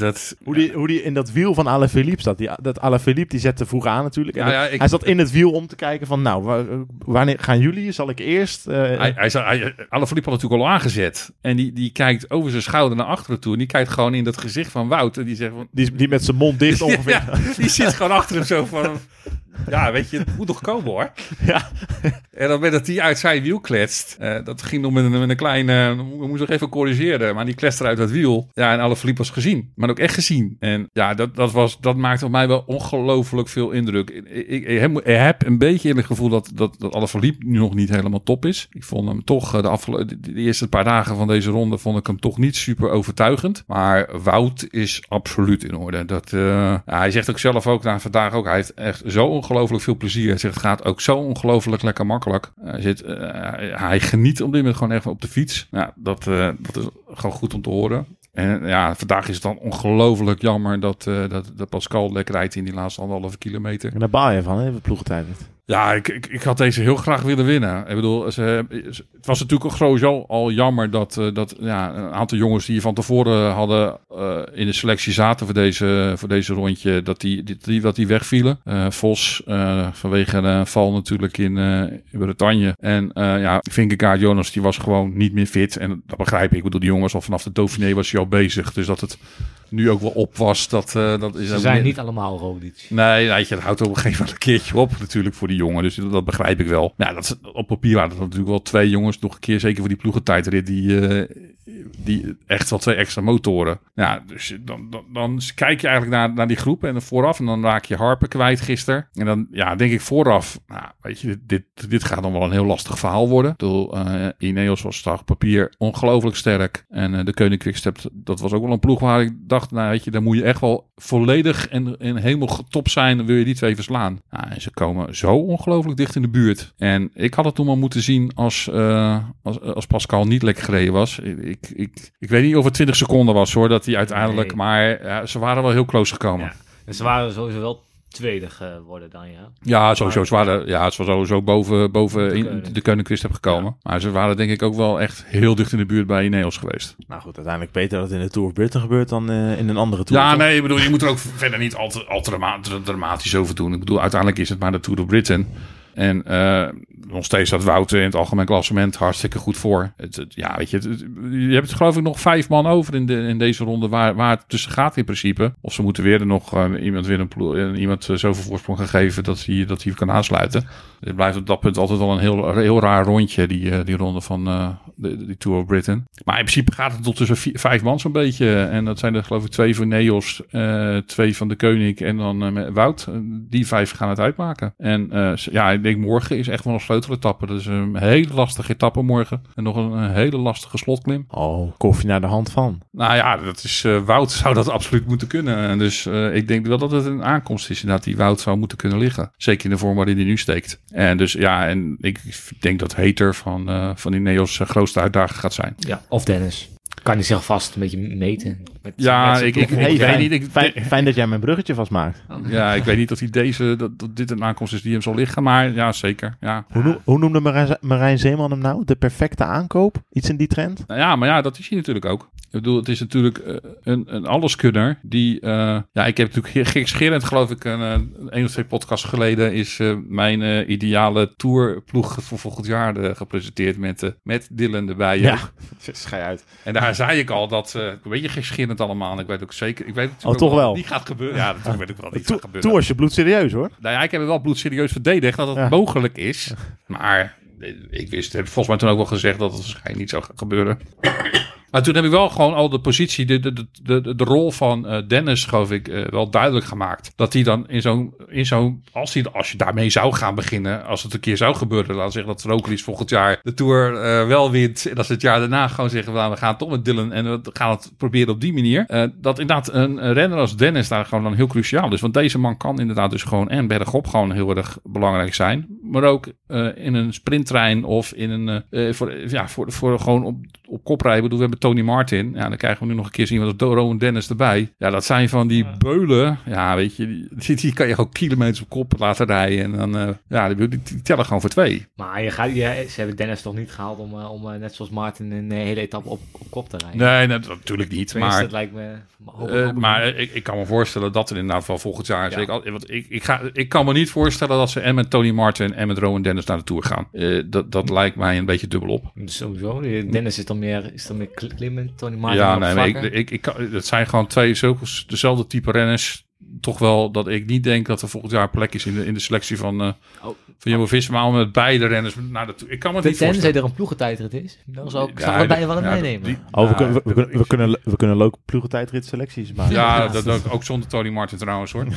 A: Hoe die in dat wiel van Alaphilippe zat. Dat Alaphilippe die zette vroeg aan natuurlijk. En
B: Ja,
A: hij zat in het wiel om te kijken van, nou, wanneer gaan jullie? Zal ik eerst?
B: Alaphilippe had natuurlijk al aangezet. En die kijkt over zijn schouder naar achteren toe. En die kijkt gewoon in dat gezicht van Wout. En die zegt van...
A: Die met zijn mond dicht ongeveer.
B: Ja, die zit gewoon achter hem zo van... Ja, weet je, het moet nog komen hoor.
A: Ja.
B: En dan werd dat hij uit zijn wiel kletst. Dat ging nog met een kleine... We moesten nog even corrigeren. Maar die kletste uit dat wiel. Ja, en Alaphilippe was gezien. Maar ook echt gezien. En ja, dat maakte op mij wel ongelooflijk veel indruk. Ik heb een beetje het gevoel dat Alaphilippe nu nog niet helemaal top is. Ik vond hem toch de eerste paar dagen van deze ronde vond ik hem toch niet super overtuigend. Maar Wout is absoluut in orde. Hij zegt ook zelf ook vandaag ook. Hij heeft echt zo ongelooflijk veel plezier. Hij zegt het gaat ook zo ongelooflijk lekker makkelijk. Hij geniet op dit moment gewoon echt op de fiets. Ja, dat is gewoon goed om te horen. En ja, vandaag is het dan ongelooflijk jammer dat Pascal lekker rijdt in die laatste 1,5 kilometer.
A: En daar baal je van, hè, de ploegentijd.
B: Ja, ik had deze heel graag willen winnen. Ik bedoel, het was natuurlijk ook sowieso al jammer dat een aantal jongens die van tevoren hadden in de selectie zaten voor deze rondje, dat die wegvielen. Vos, vanwege een val natuurlijk in Bretagne. En Vingegaard Jonas, die was gewoon niet meer fit. En dat begrijp ik. Ik bedoel, die jongens al vanaf de Dauphiné was hij al bezig. Dus dat het nu ook wel op was, dat is...
F: Ze zijn niet allemaal Roglic.
B: Nee, dat houdt op een gegeven moment een keertje op natuurlijk voor die jongen. Dus dat begrijp ik wel. Ja, op papier waren dat natuurlijk wel 2 jongens nog een keer, zeker voor die ploegentijdrit, die echt wel 2 extra motoren. Ja, dus dan kijk je eigenlijk naar die groep en vooraf en dan raak je Harper kwijt gisteren. En dan denk ik vooraf, nou, weet je, dit gaat dan wel een heel lastig verhaal worden. Ineos was op papier ongelooflijk sterk en de Koenig Quickstep, dat was ook wel een ploeg waar ik dacht, nou weet je, daar moet je echt wel volledig en helemaal top zijn, wil je die 2 verslaan. Nou, en ze komen zo ongelooflijk dicht in de buurt. En ik had het toen maar moeten zien als Pascal niet lekker gereden was. Ik weet niet of het 20 seconden was hoor, dat hij uiteindelijk,
F: Nee.
B: Maar ja, ze waren wel heel close gekomen.
F: Ja. En ze waren sowieso wel tweede geworden dan, ja.
B: Ja, sowieso. Het was sowieso boven
F: in
B: de Koenig Quickstep gekomen. Ja. Maar ze waren denk ik ook wel echt heel dicht in de buurt bij Ineos geweest.
A: Nou goed, uiteindelijk beter dat het in de Tour of Britain gebeurt dan in een andere Tour.
B: Ja,
A: toch?
B: nee, ik bedoel, je moet er ook verder niet al te dramatisch over doen. Ik bedoel, uiteindelijk is het maar de Tour of Britain. En nog steeds staat Wout in het algemeen klassement hartstikke goed voor. Weet je hebt geloof ik nog 5 man over in deze ronde waar het tussen gaat in principe. Of ze moeten weer iemand zoveel voorsprong gaan geven dat hij kan aansluiten. Het blijft op dat punt altijd wel een heel raar rondje, die ronde van die Tour of Britain. Maar in principe gaat het tot tussen 5 man zo'n beetje. En dat zijn er geloof ik 2 voor Ineos, 2 van de Koenig en dan met Wout. Die 5 gaan het uitmaken. En ik denk morgen is echt wel een sleuteletappe. Dat is een hele lastige etappe morgen. En nog een hele lastige slotklim.
A: Oh, koffie naar de hand van.
B: Nou ja, dat is Wout zou dat absoluut moeten kunnen. En dus ik denk wel dat het een aankomst is inderdaad die Wout zou moeten kunnen liggen. Zeker in de vorm waarin hij nu steekt. En dus en ik denk dat Hater van Ineos grootste uitdager gaat zijn.
F: Ja, of Dennis. Kan hij zich vast een beetje meten.
B: Ik weet niet.
A: Fijn dat jij mijn bruggetje vastmaakt.
B: Ja, ik weet niet of dat dit een aankomst is die hem zal liggen. Maar ja, zeker. Ja.
A: Hoe noemde Marijn Zeeman hem nou? De perfecte aankoop? Iets in die trend?
B: Nou ja, maar ja, dat is hij natuurlijk ook. Ik bedoel, het is natuurlijk een alleskunner die... ik heb natuurlijk gekscherend, geloof ik, een of 2 podcasts geleden is mijn ideale tourploeg voor volgend jaar gepresenteerd met Dylan erbij.
A: Ja, schij uit.
B: En daar maar zei ik al dat een beetje geschillend allemaal. En ik weet ook zeker, ik weet
A: toch
B: ook
A: wel.
B: niet gaat gebeuren. Ja, natuurlijk weet ik wel niet gaat gebeuren.
A: Toen was je bloedserieus, hoor.
B: Nou ja, ik heb het wel bloedserieus verdedigd dat het mogelijk is. Maar ik wist, heb volgens mij toen ook wel gezegd dat het waarschijnlijk niet zou gaan gebeuren. Maar toen heb ik wel gewoon al de positie, de rol van Dennis, geloof ik, wel duidelijk gemaakt. Dat hij dan in zo'n als je daarmee zou gaan beginnen, als het een keer zou gebeuren, laten we zeggen dat Roglič volgend jaar de Tour wel wint. En als het jaar daarna gewoon zeggen, we gaan toch met Dylan en we gaan het proberen op die manier. Dat inderdaad een renner als Dennis daar gewoon dan heel cruciaal is. Want deze man kan inderdaad dus gewoon en bergop gewoon heel erg belangrijk zijn. Maar ook in een sprinttrein of in een voor gewoon op kop rijden. We hebben Tony Martin. Ja, dan krijgen we nu nog een keer zien wat Rowan Dennis erbij. Ja, dat zijn van die beulen. Ja, weet je, die kan je gewoon kilometers op kop laten rijden. En dan, die tellen gewoon voor 2.
F: Maar ze hebben Dennis toch niet gehaald om net zoals Martin een hele etappe op kop te rijden?
B: Nee, natuurlijk niet.
F: Tenminste,
B: Maar
F: dat lijkt me...
B: maar ik kan me voorstellen dat er inderdaad wel volgend jaar... Ja. Want ik kan me niet voorstellen dat ze en met Tony Martin en met Rowan Dennis naar de Tour gaan. Dat lijkt mij een beetje dubbel op.
F: Sowieso. Dennis is dan meer klimmen. Tony Martin
B: ja, nee, maar het zijn gewoon twee dezelfde type renners. Toch wel dat ik niet denk dat er volgend jaar plek is in de selectie van Jumbo-Visma om met beide renners naar de Tour. Ik kan me het niet voorstellen.
F: Tenzij er een ploegentijdrit is, dan zou ik er bijna wel meenemen.
A: We kunnen leuke ploegentijdrit selecties maken.
B: Ja, dat ook zonder Tony Martin trouwens, hoor.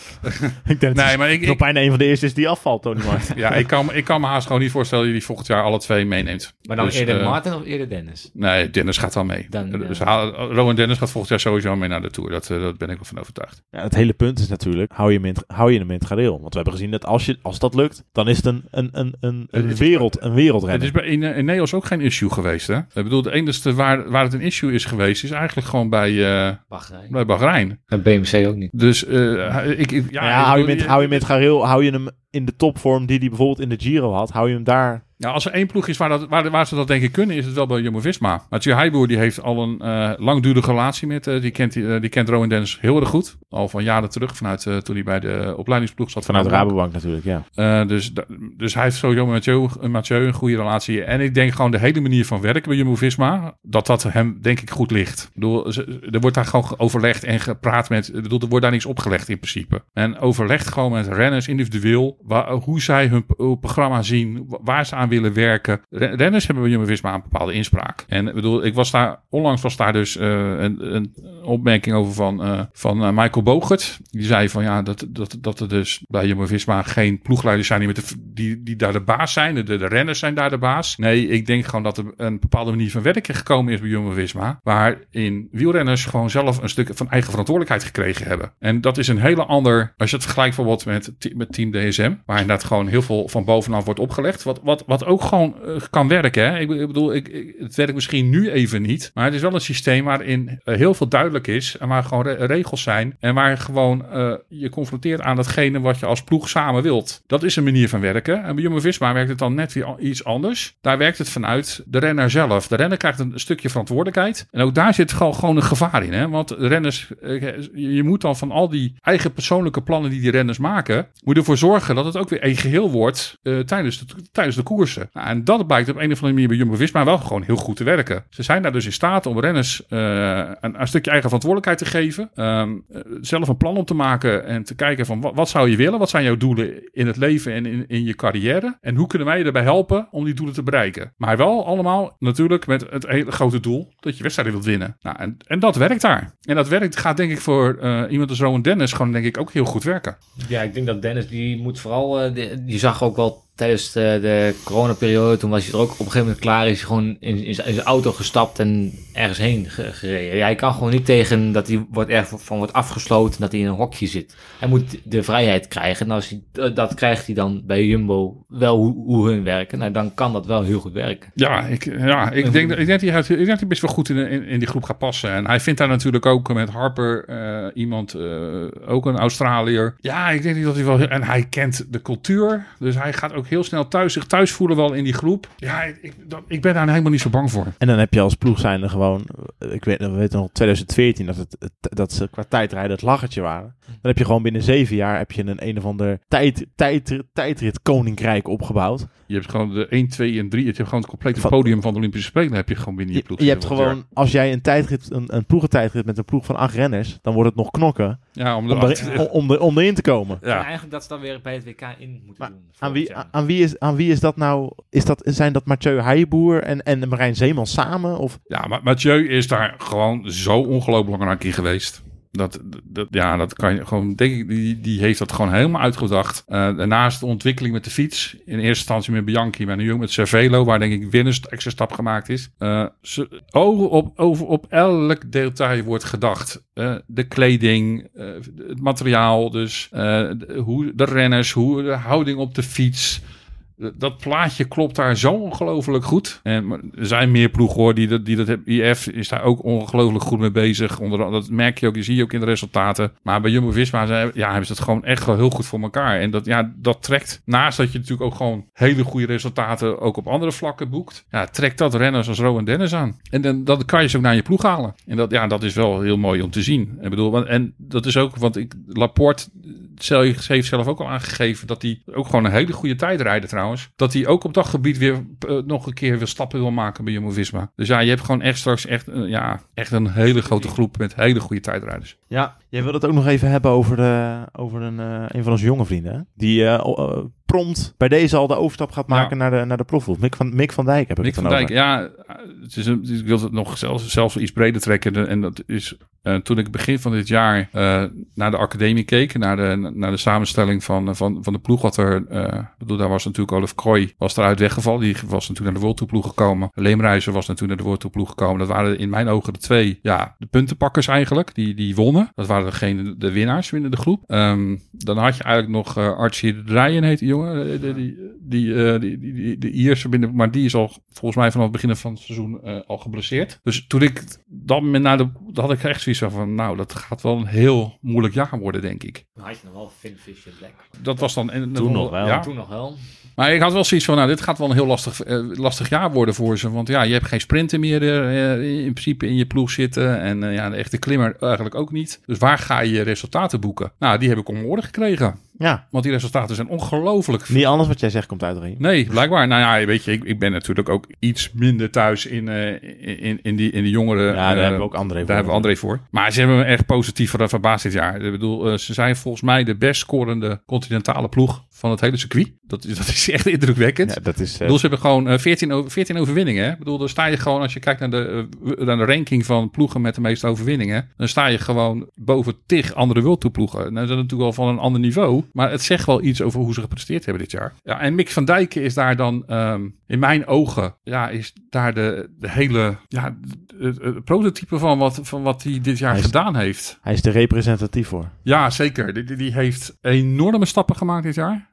A: Ik denk dat bijna een van de eerste is die afvalt, Tony Martin.
B: Ja, ik kan me haast gewoon niet voorstellen dat je die volgend jaar alle twee meeneemt.
F: Maar dan eerder Martin of eerder Dennis?
B: Nee, Dennis gaat wel mee. Rowan Dennis gaat volgend jaar sowieso mee naar de Tour. Dat ben ik wel van overtuigd.
A: Ja, het hele punt is natuurlijk, hou je hem in het gareel. Want we hebben gezien dat als dat lukt, dan is het een wereldrenner.
B: Het is in Neos ook geen issue geweest, hè? Ik bedoel, de enige waar het een issue is geweest, is eigenlijk gewoon bij Bahrein.
F: En BMC ook niet.
B: Dus
A: hou je hem in het gareel, hou je hem in de topvorm die hij bijvoorbeeld in de Giro had, hou je hem daar...
B: Ja, als er één ploeg is waar ze dat denk ik kunnen, is het wel bij Jumbo-Visma. Mathieu Heijboer die heeft al een langdurige relatie met, die kent Rowan Dennis heel erg goed. Al van jaren terug, vanuit toen hij bij de opleidingsploeg zat.
A: Vanuit Rabobank natuurlijk, ja.
B: Dus hij heeft sowieso met Mathieu een goede relatie. En ik denk gewoon de hele manier van werken bij Jumbo-Visma, dat hem denk ik goed ligt. Ik bedoel, er wordt daar gewoon overlegd en gepraat met, er wordt daar niks opgelegd in principe. En overlegt gewoon met renners individueel, hoe zij hun programma zien, waar ze aan willen werken. Renners hebben bij Jumbo-Visma een bepaalde inspraak. En ik bedoel, onlangs was daar dus een opmerking over van Michael Bogert. Die zei van ja, dat er dus bij Jumbo-Visma geen ploegleiders zijn die daar de baas zijn. De renners zijn daar de baas. Nee, ik denk gewoon dat er een bepaalde manier van werken gekomen is bij Jumbo-Visma, waarin wielrenners gewoon zelf een stuk van eigen verantwoordelijkheid gekregen hebben. En dat is een hele ander, als je het vergelijkt bijvoorbeeld met Team DSM, waar inderdaad gewoon heel veel van bovenaf wordt opgelegd. Wat ook gewoon kan werken. Hè? Ik bedoel, het werkt misschien nu even niet, maar het is wel een systeem waarin heel veel duidelijk is en waar gewoon regels zijn en waar gewoon je confronteert aan datgene wat je als ploeg samen wilt. Dat is een manier van werken. En bij Jumbo-Visma werkt het dan net weer iets anders. Daar werkt het vanuit de renner zelf. De renner krijgt een stukje verantwoordelijkheid en ook daar zit gewoon een gevaar in. Hè? Want de renners, je moet dan van al die eigen persoonlijke plannen die renners maken, moet ervoor zorgen dat het ook weer een geheel wordt tijdens de koersen. Nou, en dat blijkt op een of andere manier bij Jumbo-Visma wel gewoon heel goed te werken. Ze zijn daar dus in staat om renners een stukje eigen verantwoordelijkheid te geven. Zelf een plan om te maken en te kijken van wat zou je willen? Wat zijn jouw doelen in het leven en in je carrière? En hoe kunnen wij je erbij helpen om die doelen te bereiken? Maar wel allemaal natuurlijk met het hele grote doel dat je wedstrijden wilt winnen. Nou, en dat werkt daar. En dat gaat denk ik voor iemand als Rowan Dennis gewoon denk ik ook heel goed werken.
F: Ja, ik denk dat Dennis die moet vooral... die zag ook wel tijdens de coronaperiode, toen was hij er ook op een gegeven moment klaar, is hij gewoon in zijn auto gestapt en ergens heen gereden. Ja, hij kan gewoon niet tegen dat hij wordt afgesloten, dat hij in een hokje zit. Hij moet de vrijheid krijgen. En als dat krijgt hij dan bij Jumbo wel hoe hun werken. Nou, dan kan dat wel heel goed werken.
B: Ik denk dat hij best wel goed in die groep gaat passen. En hij vindt daar natuurlijk ook met Harper iemand, ook een Australiër. Ja, ik denk dat hij wel... En hij kent de cultuur, dus hij gaat ook ook heel snel zich thuis voelen wel in die groep. Ja, ik ben daar helemaal niet zo bang voor.
A: En dan heb je als ploeg zijnde gewoon, we weten nog 2014 dat ze qua tijdrijden het lachertje waren. Dan heb je gewoon binnen 7 jaar heb je een of ander tijdrit koninkrijk opgebouwd.
B: Je hebt gewoon de 1, 2 en 3. Je hebt gewoon het complete podium van de Olympische Spelen heb je gewoon binnen je ploeg.
A: Je hebt gewoon, als jij een ploegentijdrit met een ploeg van 8 renners, dan wordt het nog knokken om erin te komen.
F: Ja. Eigenlijk dat ze dan weer bij het WK in moeten doen.
A: Aan wie is dat nou? Zijn dat Mathieu Heijboer en Marijn Zeeman samen? Of?
B: Ja, maar Mathieu is daar gewoon zo ongelooflijk belangrijk in geweest. Dat kan je gewoon, denk ik, die heeft dat gewoon helemaal uitgedacht. Daarnaast de ontwikkeling met de fiets. In eerste instantie met Bianchi, maar nu met Cervelo, waar denk ik weer een extra stap gemaakt is. Op elk detail wordt gedacht. De kleding, het materiaal, dus de renners, de houding op de fiets. Dat plaatje klopt daar zo ongelooflijk goed. En er zijn meer ploegen hoor, die dat hebben. IF is daar ook ongelooflijk goed mee bezig. Dat merk je ook, zie je ook in de resultaten. Maar bij Jumbo-Visma hebben ze het gewoon echt wel heel goed voor elkaar. En dat trekt, naast dat je natuurlijk ook gewoon hele goede resultaten ook op andere vlakken boekt. Ja, trekt dat renners als Rowan Dennis aan. En dan kan je ze ook naar je ploeg halen. En dat is wel heel mooi om te zien. En dat is ook, want Laporte heeft zelf ook al aangegeven dat hij ook gewoon een hele goede tijd rijdt trouwens. Dat hij ook op dat gebied weer nog een keer weer stappen wil maken bij Jumbo-Visma. Dus ja, je hebt gewoon echt straks echt een hele grote groep met hele goede tijdrijders.
A: Ja, jij wil het ook nog even hebben over een van onze jonge vrienden. Hè? Die prompt bij deze al de overstap gaat maken naar de profvoet. Mick van Dijk heb ik het dan over.
B: Ja, ik wil het nog zelfs iets breder trekken. En dat is toen ik begin van dit jaar naar de academie keek, naar de samenstelling van de ploeg. Daar was natuurlijk Olaf Krooi was eruit weggevallen. Die was natuurlijk naar de World Tour ploeg gekomen. Leemreizer was natuurlijk naar de World Tour ploeg gekomen. Dat waren in mijn ogen de twee, de puntenpakkers eigenlijk. Die wonnen. Dat waren de winnaars binnen de groep. Dan had je eigenlijk nog Archie de Drijen, heet die jongen. De Ierse binnen, maar die is al volgens mij vanaf het begin van het seizoen al geblesseerd. Dus toen ik dat moment had ik echt zoiets van, nou, dat gaat wel een heel moeilijk jaar worden, denk ik.
F: Dan had je nog wel Finn Fisher Black.
B: Dat was dan
F: toen nog wel. Ja. Toen nog wel.
B: Maar ik had wel zoiets van, dit gaat wel een heel lastig jaar worden voor ze. Want je hebt geen sprinter meer in principe in je ploeg zitten. En de echte klimmer eigenlijk ook niet. Dus waar ga je resultaten boeken? Nou, die heb ik om oren gekregen.
A: Ja.
B: Want die resultaten zijn ongelooflijk.
A: Niet alles wat jij zegt komt uitreden.
B: Nee, blijkbaar. Nou ja, weet je, ik ben natuurlijk ook iets minder thuis in die jongeren.
A: Ja, daar hebben we ook André voor.
B: Daar hebben we André voor. Maar ze hebben me echt positief verbaasd dit jaar. Ik bedoel, ze zijn volgens mij de best scorende continentale ploeg van het hele circuit. Dat is echt indrukwekkend.
A: Ja,
B: ze hebben gewoon 14 overwinningen. Hè? Ik bedoel, dan sta je gewoon, als je kijkt naar de ranking van ploegen met de meeste overwinningen, dan sta je gewoon boven tig andere World Tour ploegen. Nou, dat is natuurlijk wel van een ander niveau. Maar het zegt wel iets over hoe ze gepresteerd hebben dit jaar. Ja, en Mick van Dijk is daar dan, in mijn ogen, is daar de hele, het prototype van wat hij dit jaar gedaan heeft.
A: Hij is er representatief voor.
B: Ja, zeker. Die heeft enorme stappen gemaakt dit jaar.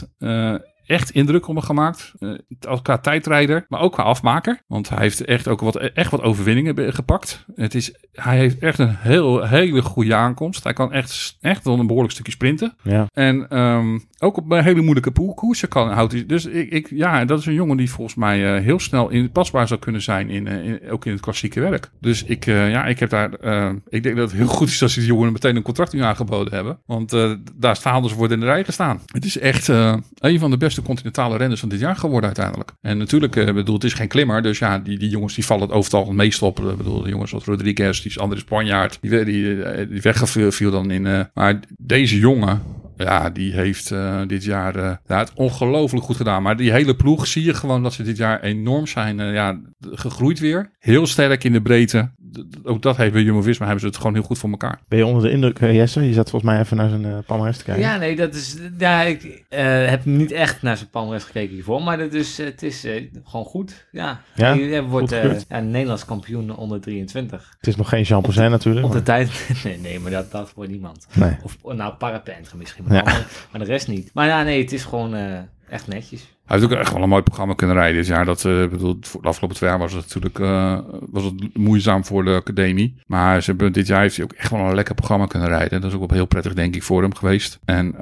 B: Echt indruk op me gemaakt. Qua tijdrijder, maar ook qua afmaker. Want hij heeft echt ook wat overwinningen gepakt. Hij heeft echt een hele goede aankomst. Hij kan echt wel een behoorlijk stukje sprinten. Ja. En ook op een hele moeilijke koersen houdt hij. Dus dat is een jongen die volgens mij heel snel pasbaar zou kunnen zijn ook in het klassieke werk. Dus ik heb daar. Ik denk dat het heel goed is als die jongen meteen een contract nu aangeboden hebben. Want daar staan ze voor in de rij gestaan. Het is echt een van de beste continentale renners van dit jaar geworden uiteindelijk. En natuurlijk, het is geen klimmer. Dus die jongens die vallen over het meest op. De jongens zoals Rodriguez, die is André Spanjaard, die weggeviel dan in. Maar deze jongen, die heeft dit jaar het ongelooflijk goed gedaan. Maar die hele ploeg zie je gewoon dat ze dit jaar enorm zijn gegroeid weer. Heel sterk in de breedte. Ook dat heeft bij Jumbo-Visma, hebben ze het gewoon heel goed voor elkaar.
A: Ben je onder de indruk, Jesse? Je zat volgens mij even naar zijn palmarès te kijken.
F: Ja, nee, dat is. Ja, ik heb niet echt naar zijn palmarès gekeken hiervoor, maar het is gewoon goed. Ja, hij wordt een Nederlands kampioen onder 23.
A: Het is nog geen Jean Paulin natuurlijk.
F: Op de tijd. Nee, maar dat wordt niemand.
A: Nee.
F: Of Parapente misschien, maar de rest niet. Maar het is gewoon echt netjes.
B: Hij heeft ook echt wel een mooi programma kunnen rijden dit jaar. De afgelopen 2 jaar was het natuurlijk was het moeizaam voor de academie. Maar dit jaar heeft hij ook echt wel een lekker programma kunnen rijden. Dat is ook wel heel prettig, denk ik, voor hem geweest. En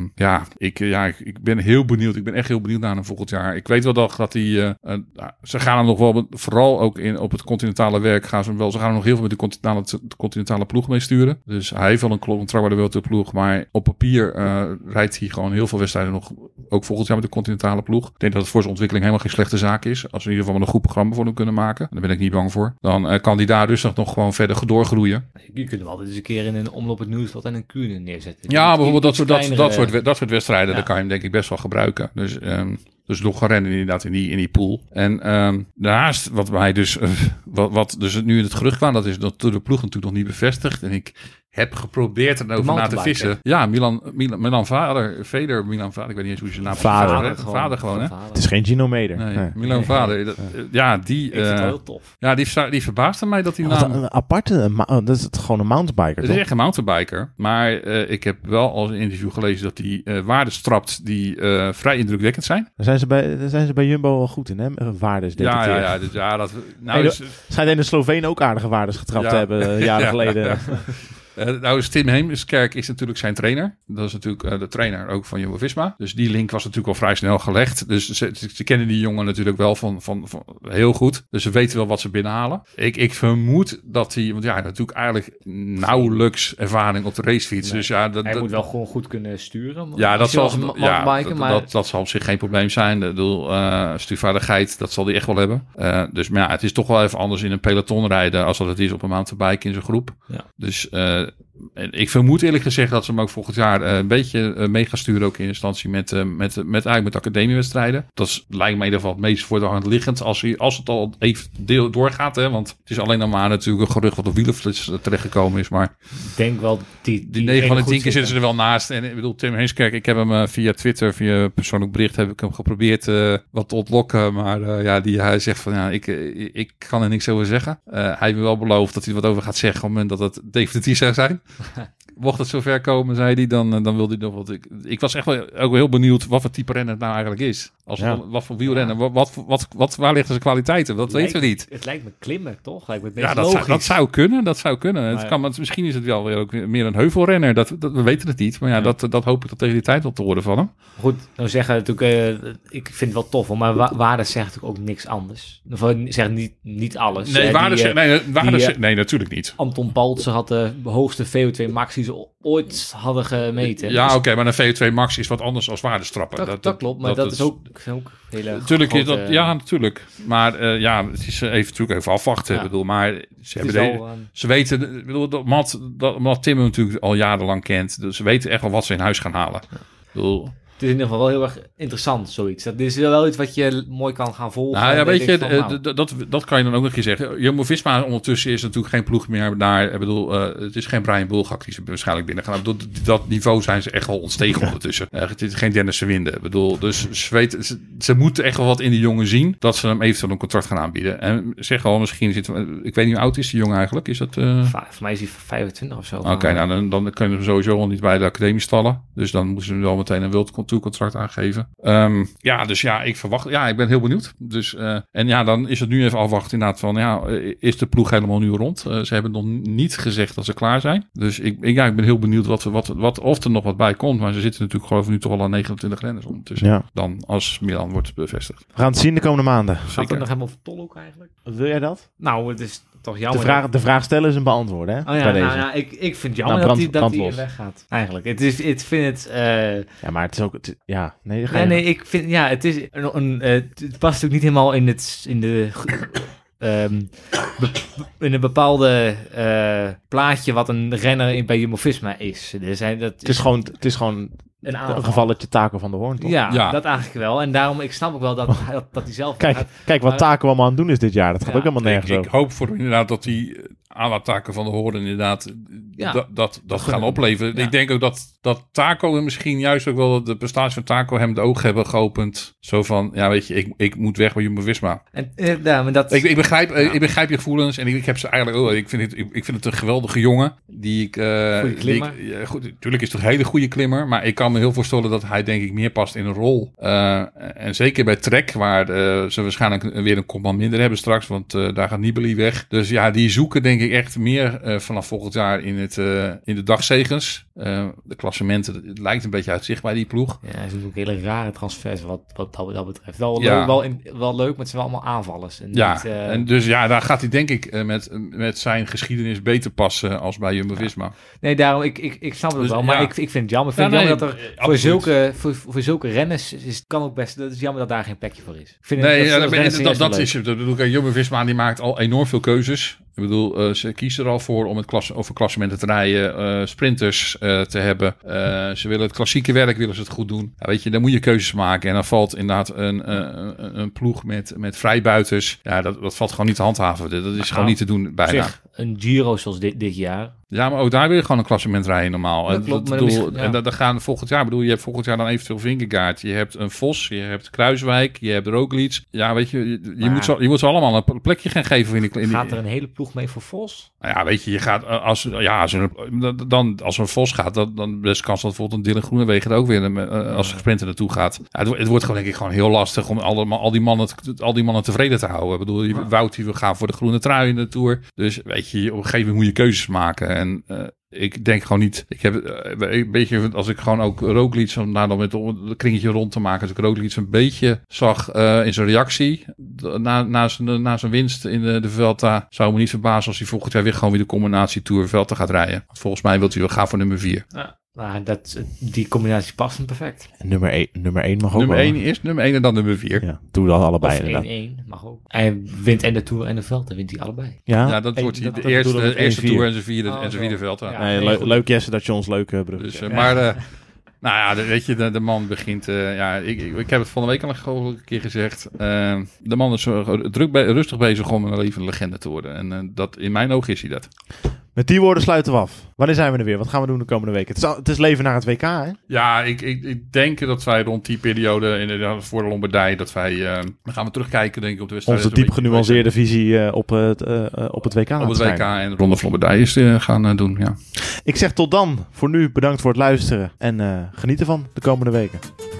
B: ik ben heel benieuwd. Ik ben echt heel benieuwd naar hem volgend jaar. Ik weet wel dat hij... ze gaan hem nog wel, vooral ook op het continentale werk, ze gaan hem nog heel veel met de continentale ploeg mee sturen. Dus hij heeft wel een contract bij de World Tour ploeg. Maar op papier rijdt hij gewoon heel veel wedstrijden nog, ook volgend jaar met de continentale ploeg. Ik denk dat het voor zijn ontwikkeling helemaal geen slechte zaak is. Als we in ieder geval een goed programma voor hem kunnen maken. Daar ben ik niet bang voor. Dan kan hij daar rustig nog gewoon verder doorgroeien.
F: Je kunt hem altijd eens een keer in een omloop het Nieuwsblad en een Kuurne neerzetten.
B: Ja, bijvoorbeeld dat soort wedstrijden, daar kan je hem denk ik best wel gebruiken. Dus nog gaan rennen inderdaad in die pool. En daarnaast wat mij dus... wat dus nu in het gerucht kwam, dat is dat door de ploeg natuurlijk nog niet bevestigd. En ik heb geprobeerd erover na te vissen. Ja, Milan Vader. Ik weet niet eens hoe je zijn naam... Vader gewoon, hè?
A: Het is geen Gino Meder.
B: Nee. Milan Vader. Die...
F: Ik vind het wel heel tof.
B: Ja, die verbaasde mij dat die naam...
A: Een aparte... dat is gewoon een mountainbiker,
B: Het is echt een mountainbiker. Maar ik heb wel al een interview gelezen dat die waardes trapt die vrij indrukwekkend zijn.
A: Daar zijn ze bij Jumbo wel goed in, hè? Waardes detecteren. Schijnt in de Slovenen ook aardige waardes getrapt te hebben jaren geleden.
B: Tim Heemskerk is natuurlijk zijn trainer. Dat is natuurlijk de trainer ook van Jumbo-Visma. Dus die link was natuurlijk al vrij snel gelegd. Dus ze kennen die jongen natuurlijk wel van heel goed. Dus ze weten wel wat ze binnenhalen. Ik vermoed dat hij... Want natuurlijk eigenlijk nauwelijks ervaring op de racefiets.
F: Nee,
B: dus
F: hij moet wel gewoon goed kunnen sturen.
B: Ja, dat zal op zich geen probleem zijn. Ik bedoel, stuurvaardigheid, dat zal hij echt wel hebben. Maar het is toch wel even anders in een peloton rijden als dat het is op een mountainbike in zijn groep. Ja. Dus... En ik vermoed eerlijk gezegd dat ze hem ook volgend jaar een beetje mee gaan sturen, ook in instantie met academiewedstrijden. Dat lijkt me in ieder geval het meest voor de hand liggend als het al even doorgaat. Hè? Want het is alleen nog maar natuurlijk een gerucht wat op wielerflits terechtgekomen is. Maar
F: ik denk wel die
B: 9 van de 10 keer zitten ze er wel naast. En ik bedoel, Tim Heemskerk, ik heb hem via Twitter, via persoonlijk bericht, heb ik hem geprobeerd wat te ontlokken. Maar hij zegt van ik kan er niks over zeggen. Hij heeft me wel beloofd dat hij er wat over gaat zeggen op het moment dat het definitief zou zijn. Mocht het zover komen, zei hij, dan wilde hij nog wat. Ik was echt wel ook heel benieuwd wat voor type renner het nou eigenlijk is. Wat voor wielrenner, waar liggen zijn kwaliteiten? Dat weten we niet.
F: Het lijkt me klimmen, toch?
B: Dat zou kunnen. Misschien is het wel weer ook meer een heuvelrenner. We weten het niet. Maar dat hoop ik tot tegen die tijd wel te horen van hem.
F: Goed, nou zeggen natuurlijk, ik vind het wel tof, hoor, maar Waardes zegt natuurlijk ook niks anders. Zegt niet alles.
B: Nee, natuurlijk niet.
F: Anton Paltzer had de hoogste VO2 max die ze ooit hadden gemeten.
B: Ja, oké, maar een VO2 max is wat anders als waardestrappen.
F: Dat klopt, maar dat is ook hele
B: natuurlijk
F: grote...
B: is dat, ja, natuurlijk. Maar het is even afwachten. Ja. Ik bedoel, maar ze weten, ik bedoel, dat Tim natuurlijk al jarenlang kent. Dus ze weten echt wel wat ze in huis gaan halen. Ja. Ik bedoel...
F: Het is in ieder geval wel heel erg interessant, zoiets. Dat is wel iets wat je mooi kan gaan volgen.
B: Nou ja, weet je, dat kan je dan ook nog eens zeggen. Jumbo-Visma ondertussen is natuurlijk geen ploeg meer daar. Ik bedoel, het is geen Brian Bulgak die ze waarschijnlijk binnen gaan. Dat niveau zijn ze echt wel ontstegen ondertussen. Het is geen Dennis de Winde. Ik bedoel, dus ze moeten echt wel wat in die jongen zien, dat ze hem eventueel een contract gaan aanbieden. En zeg gewoon, misschien ik weet niet hoe oud is die jongen eigenlijk. Is dat...
F: Voor mij is hij 25 of zo.
B: Oké, nou dan kunnen we hem sowieso al niet bij de academie stallen. Dus dan moeten ze hem wel meteen een contract aangeven. Ik verwacht... Ja, ik ben heel benieuwd. Dus, dan is het nu even afwachten inderdaad van... is de ploeg helemaal nu rond? Ze hebben nog niet gezegd dat ze klaar zijn. Dus ik ben heel benieuwd of er nog wat bij komt. Maar ze zitten natuurlijk geloof ik nu toch al aan 29 renners ondertussen. Ja. Dan als Milan wordt bevestigd.
A: We gaan het zien de komende maanden.
F: Gaat het nog helemaal voor Tolhoek eigenlijk?
A: Wil jij dat?
F: Nou, het is toch jammer.
A: De vraag stellen is een beantwoorden, hè?
F: Ik vind het jammer dat hij weggaat. Eigenlijk. Ik vind het...
A: Ja, maar het is ook...
F: ik vind... Ja, het is het past natuurlijk niet helemaal in een bepaalde plaatje wat een renner bij Jumbo-Visma is.
A: Het is gewoon een gevalletje Taco van der Hoorn, toch?
F: Ja, dat eigenlijk wel. En daarom, ik snap ook wel dat hij zelf...
A: Kijk wat Taco allemaal aan het doen is dit jaar. Dat gaat ook helemaal nergens over.
B: Ik hoop voor inderdaad dat die à la Taco van der Hoorn inderdaad dat gaan opleveren.
F: Ja.
B: Ik denk ook dat Taco misschien juist ook wel de prestatie van Taco hem de ogen hebben geopend. Zo van, ja weet je, ik moet weg bij Jumbo-Visma.
F: Maar dat...
B: Ik begrijp je gevoelens en ik heb ze eigenlijk... Ik vind het een geweldige jongen.
F: Goeie klimmer.
B: Natuurlijk is het een hele goede klimmer. Maar ik kan me heel voorstellen dat hij denk ik meer past in een rol. En zeker bij Trek, waar ze waarschijnlijk weer een kopman minder hebben straks. Want daar gaat Nibali weg. Dus ja, die zoeken denk ik echt meer vanaf volgend jaar in de dagzegens. De klassementen, het lijkt een beetje uitzichtbaar die ploeg.
F: Ja, ze doen ook hele rare transfers wat dat betreft. Wel leuk, maar het zijn wel allemaal aanvallers. En
B: Ja,
F: niet,
B: en dus ja, daar gaat hij denk ik met zijn geschiedenis beter passen als bij Jumbo-Visma.
F: Nee, daarom, ik snap het
B: Dus,
F: wel.
B: ja.
F: Maar ik vind het jammer. Dat er voor zulke renners kan ook best... Het is jammer dat daar geen plekje voor is. Ik vind
B: Dat is het. Dat bedoel ik, Jumbo-Visma die maakt al enorm veel keuzes. Ik bedoel, ze kiezen er al voor om over klassementen te rijden, sprinters te hebben. Ze willen het klassieke werk, willen ze het goed doen. Ja, weet je, dan moet je keuzes maken. En dan valt inderdaad een ploeg met vrijbuiters. Ja, dat valt gewoon niet te handhaven. Dat is gewoon niet te doen bijna.
F: Een Giro zoals dit jaar.
B: Ja, maar ook daar wil je gewoon een klassement rijden normaal.
F: Dat klopt,
B: En dat gaan volgend jaar. Je hebt volgend jaar dan eventueel Vingegaard. Je hebt een Vos, je hebt Kruiswijk, je hebt Roglic. Ja, weet je, je moet ze allemaal een plekje gaan geven.
F: Gaat er een hele ploeg mee voor Vos?
B: Nou ja, weet je, je gaat als een Vos gaat, dan best kans dat bijvoorbeeld een Dylan Groenewegen er ook weer als een sprinter naartoe gaat. Ja, het wordt gewoon denk ik gewoon heel lastig om al die mannen tevreden te houden. Ik bedoel, Wout die wil gaan voor de groene trui in de Tour. Dus weet je, op een gegeven moment moet je keuzes maken. En ik denk gewoon niet... Ik heb een beetje... Als ik gewoon ook Roglic... dan met een kringetje rond te maken... Als ik Roglic een beetje zag in zijn reactie... Na zijn winst in de Vuelta... Zou me niet verbazen als hij volgend jaar weer de combinatie Tour Vuelta gaat rijden. Volgens mij wil hij wel gaan voor nummer 4.
F: Ja. Nou, die combinatie past hem perfect.
A: En nummer 1 mag ook
B: nummer
A: wel.
B: 1 is nummer 1 en dan nummer 4.
A: Ja, doe dat allebei
F: Of
A: inderdaad.
F: 1-1 mag ook. Hij wint en de Tour en de Vuelta, wint hij allebei.
B: Ja, dat wordt de eerste Tour en zijn vierde Vuelta.
F: Ja.
A: Nee, leuk Jesse dat je ons leuk brug.
B: Dus, maar nou ja, weet je, de man begint... ik heb het van de week al een keer gezegd. De man is rustig bezig om een levende legende te worden. En dat in mijn ogen is hij dat.
A: Met die woorden sluiten we af. Wanneer zijn we er weer? Wat gaan we doen de komende weken? Het is leven naar het WK, hè?
B: Ja, ik denk dat wij rond die periode, inderdaad voor de Lombardij, dat wij... dan gaan we terugkijken, denk ik, op de wedstrijd.
A: Onze diep genuanceerde visie op het WK.
B: Op het WK en de Ronde van Lombardij gaan doen, ja.
A: Ik zeg tot dan. Voor nu bedankt voor het luisteren. En geniet ervan de komende weken.